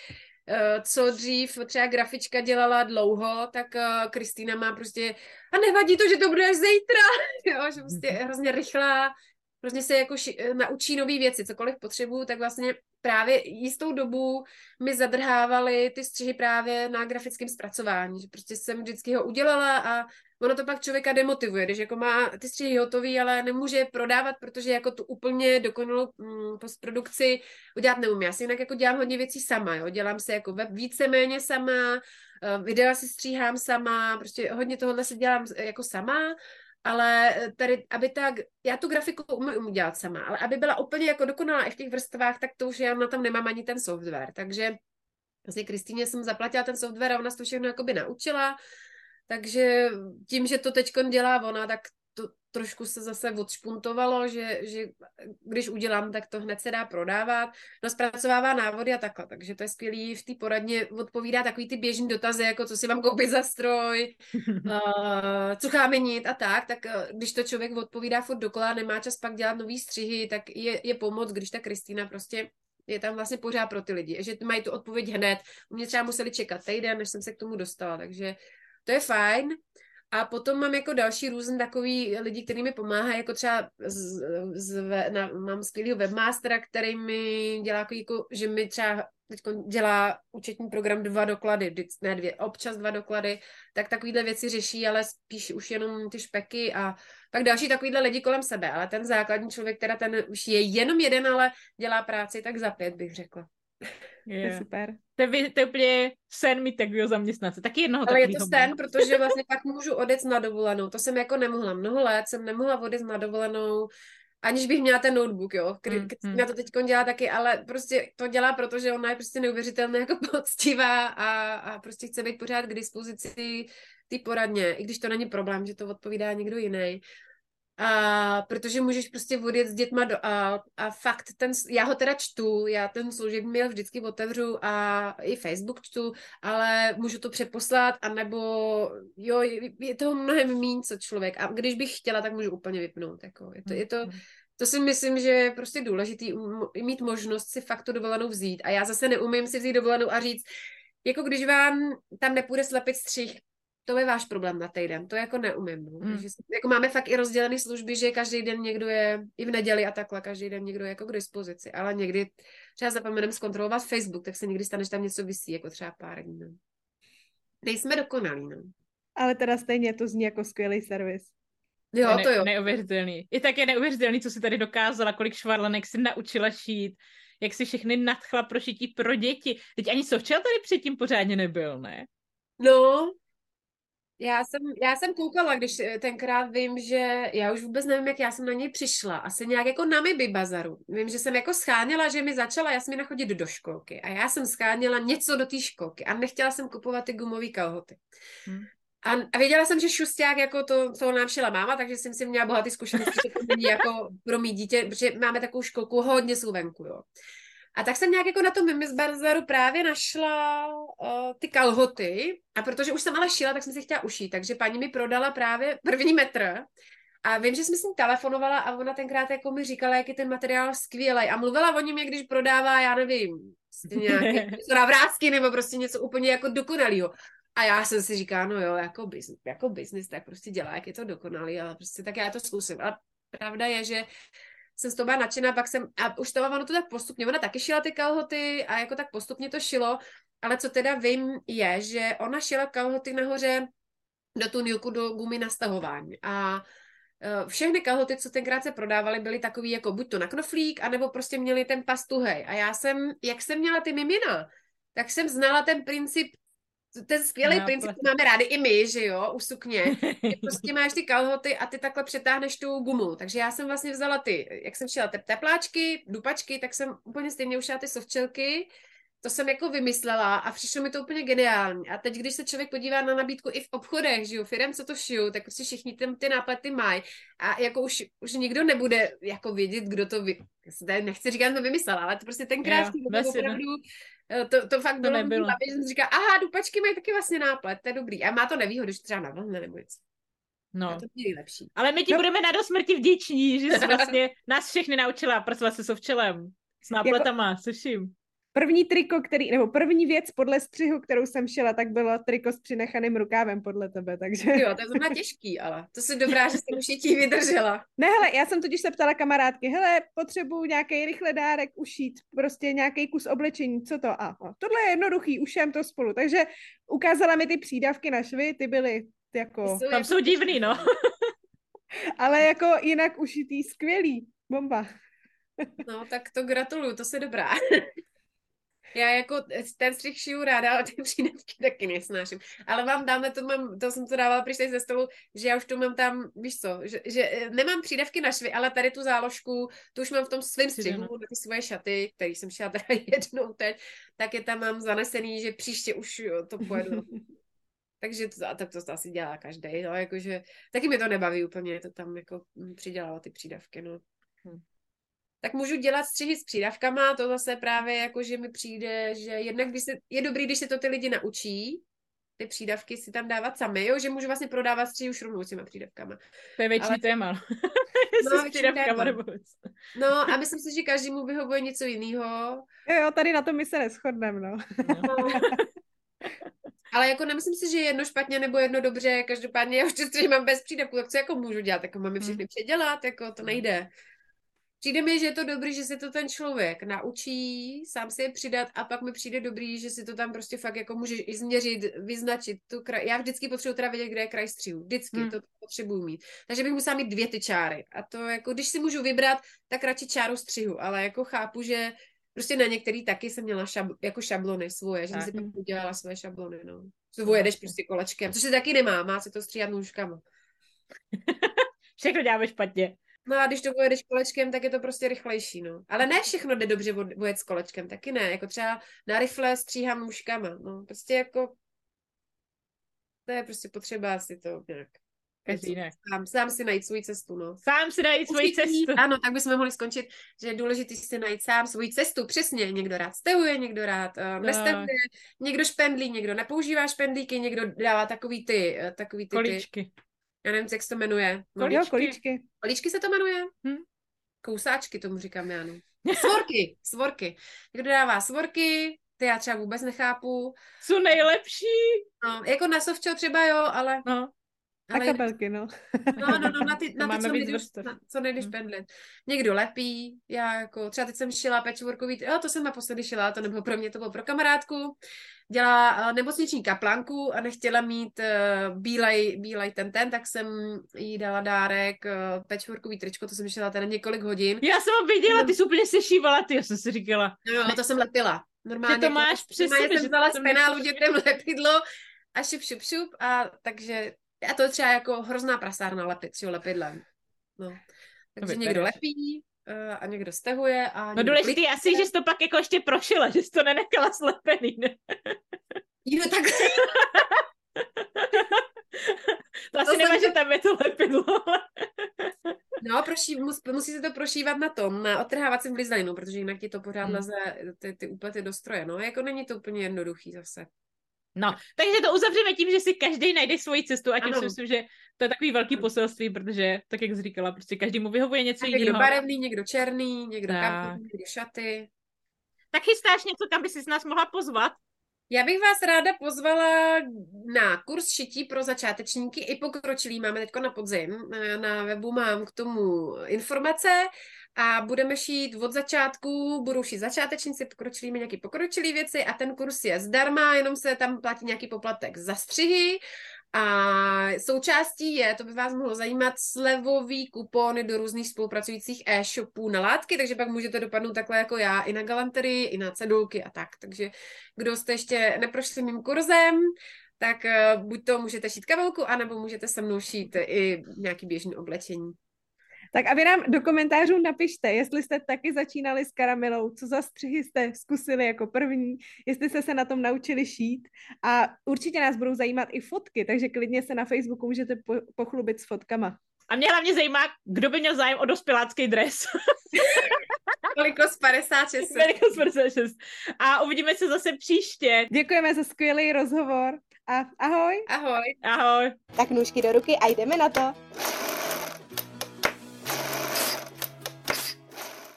co dřív třeba grafička dělala dlouho, tak Kristýna má prostě, a nevadí to, že to bude až zítra, jo, že prostě je hrozně rychlá, prostě se jako ši- naučí nové věci, cokoliv potřebuju, tak vlastně právě jistou dobu mi zadrhávaly ty střihy právě na grafickém zpracování, že prostě jsem vždycky ho udělala a ono to pak člověka demotivuje, když jako má ty střihy hotový, ale nemůže je prodávat, protože jako tu úplně dokonalou mm, postprodukci udělat neumí. Já si jinak jako dělám hodně věcí sama, jo, dělám se jako web víceméně sama, videa si stříhám sama, prostě hodně tohohle si dělám jako sama, ale tady, aby ta, já tu grafiku umím udělat sama, ale aby byla úplně jako dokonalá i v těch vrstvách, tak to už já na tom nemám ani ten software, takže vlastně Kristýně jsem zaplatila ten software a ona se to všechno jakoby naučila, takže tím, že to teďkon dělá ona, tak to trošku se zase odšpuntovalo, že, že když udělám, tak to hned se dá prodávat. No zpracovává návody a takhle, takže to je skvělý. V té poradně odpovídá takový ty běžný dotazy, jako co si mám koupit za stroj, uh, co kámenit a tak, tak když to člověk odpovídá furt dokola, nemá čas pak dělat nový střihy, tak je, je pomoc, když ta Kristýna prostě je tam vlastně pořád pro ty lidi, že mají tu odpověď hned. U mě třeba museli čekat týden, než jsem se k tomu dostala, takže to je fajn. A potom mám jako další různý takový lidi, kteří mi pomáhají, jako třeba z, z, na, mám skvělýho webmastera, který mi dělá jako, jako že mi třeba teď dělá účetní program dva doklady, ne dvě, občas dva doklady, tak takovýhle věci řeší, ale spíš už jenom ty špeky a pak další takovýhle lidi kolem sebe, ale ten základní člověk, teda ten už je jenom jeden, ale dělá práci tak za pět, bych řekla. Yeah. To je super. To je, to je úplně sen mít takového zaměstnance. Taky jednoho Ale je takového to sen, mám. protože vlastně pak můžu odjet na dovolenou. To jsem jako nemohla. Mnoho let jsem nemohla odjet na dovolenou, aniž bych měla ten notebook, jo. Kristina mm, mm. to teď dělá taky, ale prostě to dělá, protože ona je prostě neuvěřitelně jako poctivá a, a prostě chce být pořád k dispozici ty poradně, i když to není problém, že to odpovídá někdo jiný. A protože můžeš prostě odjet s dětma do Alp a fakt ten, já ho teda čtu, já ten služební mail vždycky otevřu a i Facebook čtu, ale můžu to přeposlat, anebo jo, je toho mnohem míň, co člověk. A když bych chtěla, tak můžu úplně vypnout. Jako. Je to, je to, to si myslím, že je prostě důležitý mít možnost si fakt tu dovolenou vzít. A já zase neumím si vzít dovolenou a říct, jako když vám tam nepůjde slepit střih, to je váš problém na týden, to jako neumím. No. Mm. Takže jako máme fakt i rozdělené služby, že každý den někdo je, i v neděli a takhle, každý den někdo je jako k dispozici, ale někdy třeba zapomeneme zkontrolovat Facebook, tak se někdy stane, že tam něco visí, jako třeba pár dní. No. Nejsme dokonalí, no. Ale teda stejně to zní jako skvělý servis. Jo, ne, to jo. Neuvěřitelný. I tak je neuvěřitelný, co si tady dokázala, kolik švarlanek si naučila šít, jak si všechny nadchla pro šití pro děti. Teď ani Sovčel tady předtím pořádně nebyl, ne? No, Já jsem, já jsem koukala, když tenkrát vím, že já už vůbec nevím, jak já jsem na něj přišla. Asi nějak jako na Mibi bazaru. Vím, že jsem jako scháněla, že mi začala Jasmína chodit do školky. A já jsem scháněla něco do té školky. A nechtěla jsem kupovat ty gumové kalhoty. Hmm. A, a věděla jsem, že šusták jako to, to nám šila máma, takže jsem si měla bohatý zkušenosti, že to není jako pro mý dítě, protože máme takovou školku, hodně jsou venku, jo. A tak jsem nějak jako na tom Mimis bazaru právě našla uh, ty kalhoty a protože už jsem ale šila, tak jsem si chtěla ušít, takže paní mi prodala právě první metr a vím, že jsem s ní telefonovala a ona tenkrát jako mi říkala, jak je ten materiál skvělej a mluvila o něm, jak když prodává, já nevím, prostě nějaký vrásky nebo prostě něco úplně jako dokonalýho. A já jsem si říkala, no jo, jako business, jako business, tak prostě dělá, jak je to dokonalý, ale prostě tak já to zkusím. Ale pravda je, že jsem z toho byla nadšená, pak jsem, a už to ono to tak postupně, ona taky šila ty kalhoty a jako tak postupně to šilo, ale co teda vím je, že ona šila kalhoty nahoře do tunilku, do gumy na stahování a všechny kalhoty, co tenkrát se prodávaly, byly takový jako buď to na knoflík, anebo prostě měli ten pas tuhej. A já jsem, jak jsem měla ty mimina, tak jsem znala ten princip, ten skvělý no, princip, který máme rádi i my, že jo, u sukně. Že prostě máš ty kalhoty a ty takhle přetáhneš tu gumu. Takže já jsem vlastně vzala ty, jak jsem šila te- tepláčky, dupačky, tak jsem úplně stejně ušila ty sovčelky. To jsem jako vymyslela a přišlo mi to úplně geniální. A teď, když se člověk podívá na nabídku i v obchodech, že jo, firem, co to šiju, tak prostě všichni ty, ty náplety mají. A jako už, už nikdo nebude jako vědět, kdo to vy... Nechci říkat, že to vymyslela, ale to prostě tenkrát v té opravdu to, to fakt bylo, nebylo. Hlavě, že jsem říkala, aha, dupačky mají taky vlastně náplet, to je dobrý. A má to nevýhodu, že třeba na vlhne nebo něco. No. A to je lepší. Ale my ti no. budeme na dosmrti vděční, že jsi vlastně nás všechny naučila pracovat se sovčelem. S nápletama, jako... se vším. První triko, který, nebo první věc podle střihu, kterou jsem šila, tak bylo triko s přinechaným rukávem podle tebe, takže... Jo, to je zrovna těžký, ale to si dobrá, že jsi ušití vydržela. Ne, hele, já jsem totiž se ptala kamarádky, hele, potřebuju nějaký rychle dárek ušít, prostě nějaký kus oblečení, co to? A, a tohle je jednoduchý, ušem to spolu, takže ukázala mi ty přídavky na švy, ty byly jako... Jsou Tam jako... jsou divný, no. Ale jako jinak ušitý, skvělý, bomba. No, tak to gratuluju, to se dobrá. Já jako ten střih šiju ráda, ale ty přídavky taky nesnáším. Ale vám dáme, to mám, to jsem to dávala pryč ze stolu, že já už to mám tam, víš co, že, že nemám přídavky na švy, ale tady tu záložku, tu už mám v tom svém střihu, na ty svoje šaty, který jsem šila teda jednou teď, tak je tam mám zanesený, že příště už jo, to pojedu. Takže to, tak to, to asi dělá každý, no, jakože, taky mi to nebaví úplně, to tam jako přidělávat ty přídavky, no. Hm. Tak můžu dělat střihy s přídavkama, to zase právě jako, že mi přijde, že jednak když se, je dobrý, když se to ty lidi naučí, ty přídavky si tam dávat sami, jo, že můžu vlastně prodávat střihy už rovnou s těma přídavkama. To je větší ale... téma. No, s přídavkama nebo... no a myslím si, že každému vyhovuje něco jiného. Jo, jo, tady na tom my se neshodneme, no. no. Ale jako nemyslím si, že je jedno špatně nebo jedno dobře, každopádně já už to mám bez přídavku, tak co jako můžu dělat, jako mám je všechny předělat, jako to nejde. Přijde mi, že je to dobrý, že si to ten člověk naučí, sám si je přidat a pak mi přijde dobrý, že si to tam prostě fakt jako můžeš i změřit, vyznačit tu kraj. Já vždycky potřebuji teda vědět, kde je kraj střihu. Vždycky hmm. to potřebuji mít. Takže bych musela mít dvě ty čáry. A to jako, když si můžu vybrat, tak radši čáru střihu. Ale jako chápu, že prostě na některý taky jsem měla šabl, jako šablony svoje, že jsem si pak udělala svoje šablony, no. Svoje jedeš prostě kolečkem, což se taky nemá, má se to stříhat nůžkama. Všechno děláme špatně. No a když to pojedeš kolečkem, tak je to prostě rychlejší, no. Ale ne všechno jde dobře vojet s kolečkem, taky ne. Jako třeba na rifle stříhám nůžkama, no. Prostě jako to je prostě potřeba si to nějak. Každý ne. Sám, sám si najít svou cestu, no. Sám si najít svou cestu. Ano, tak bychom mohli skončit, že je důležité si najít sám svou cestu, přesně. Někdo rád stehuje, někdo rád uh, nestehuje, někdo špendlí, někdo nepoužívá špendlíky, někdo dává takový ty, uh, takový ty, kolíčky. Ty, já nevím, jak se to jmenuje. No. Kolíčky. Jo, kolíčky. Kolíčky se to jmenuje? Hm? Kousáčky tomu říkám já, no. Svorky, svorky. Někdo dává svorky, ty já třeba vůbec nechápu. Jsou nejlepší. No, jako na softshell třeba jo, ale... No. Ale... A kabelky, no. No, no, no, na ty, na ty co, nejdeš, na, co nejdeš hmm. pendlit. Někdo lepí, já jako, třeba teď jsem šila patchworkový, jo, to jsem naposledy šila, to nebylo pro mě, to bylo pro kamarádku. Dělala uh, nemocniční kaplánku a nechtěla mít uh, bílej, bílej ten ten, tak jsem jí dala dárek, uh, patchworkový tričko, to jsem šila teda několik hodin. Já jsem ho viděla, ty jsi úplně sešívala, ty, já jsem si říkala. No, no to jsem lepila. Normálně. Že to máš přes sebe, jsem vzala z penálu dětem lepidlo a šup, šup, šup a takže a to je třeba jako hrozná prasárna lepit, s lepidlem. No. Takže někdo lepí uh, a někdo stehuje. A no důležitý asi, že jsi to pak jako ještě prošila, že jsi to nenechala slepený, ne? Jo, tak... to asi to nemá, že tam je to lepidlo. No, proší, mus, musí se to prošívat na tom, na odtrhávacím blizaninu, protože jinak ti to pořád hmm. leze ty, ty úplety do stroje. No, jako není to úplně jednoduchý zase. No, takže to uzavřeme tím, že si každý najde svoji cestu a tím si myslím, že to je takový velký poselství, protože, tak jak jsi říkala, prostě každému vyhovuje něco jiného. Někdo barevný, někdo černý, někdo kampy, někdo šaty. Tak chystáš něco, kam by si nás mohla pozvat? Já bych vás ráda pozvala na kurz šití pro začátečníky i pokročilý. Máme teďko na podzim. Na webu mám k tomu informace a budeme šít od začátku, budou šít začátečníci, pokročilými nějaký pokročilý věci a ten kurz je zdarma, jenom se tam platí nějaký poplatek za střihy. A součástí je, to by vás mohlo zajímat, slevový kupony do různých spolupracujících e-shopů na látky, takže pak můžete dopadnout takhle jako já i na galanterii, i na cedulky a tak. Takže kdo jste ještě neprošli mým kurzem, tak uh, buď to můžete šít kabelku, anebo můžete se mnou šít i nějaký běžný oblečení. Tak a vy nám do komentářů napište, jestli jste taky začínali s karamilou, co za střihy jste zkusili jako první, jestli jste se na tom naučili šít a určitě nás budou zajímat i fotky, takže klidně se na Facebooku můžete po- pochlubit s fotkama. A mě hlavně zajímá, kdo by měl zájem o dospělácký dres. Velikost padesát šest. Velikost padesát šest. A uvidíme se zase příště. Děkujeme za skvělý rozhovor a ahoj. Ahoj. Ahoj. Tak nůžky do ruky a jdeme na to.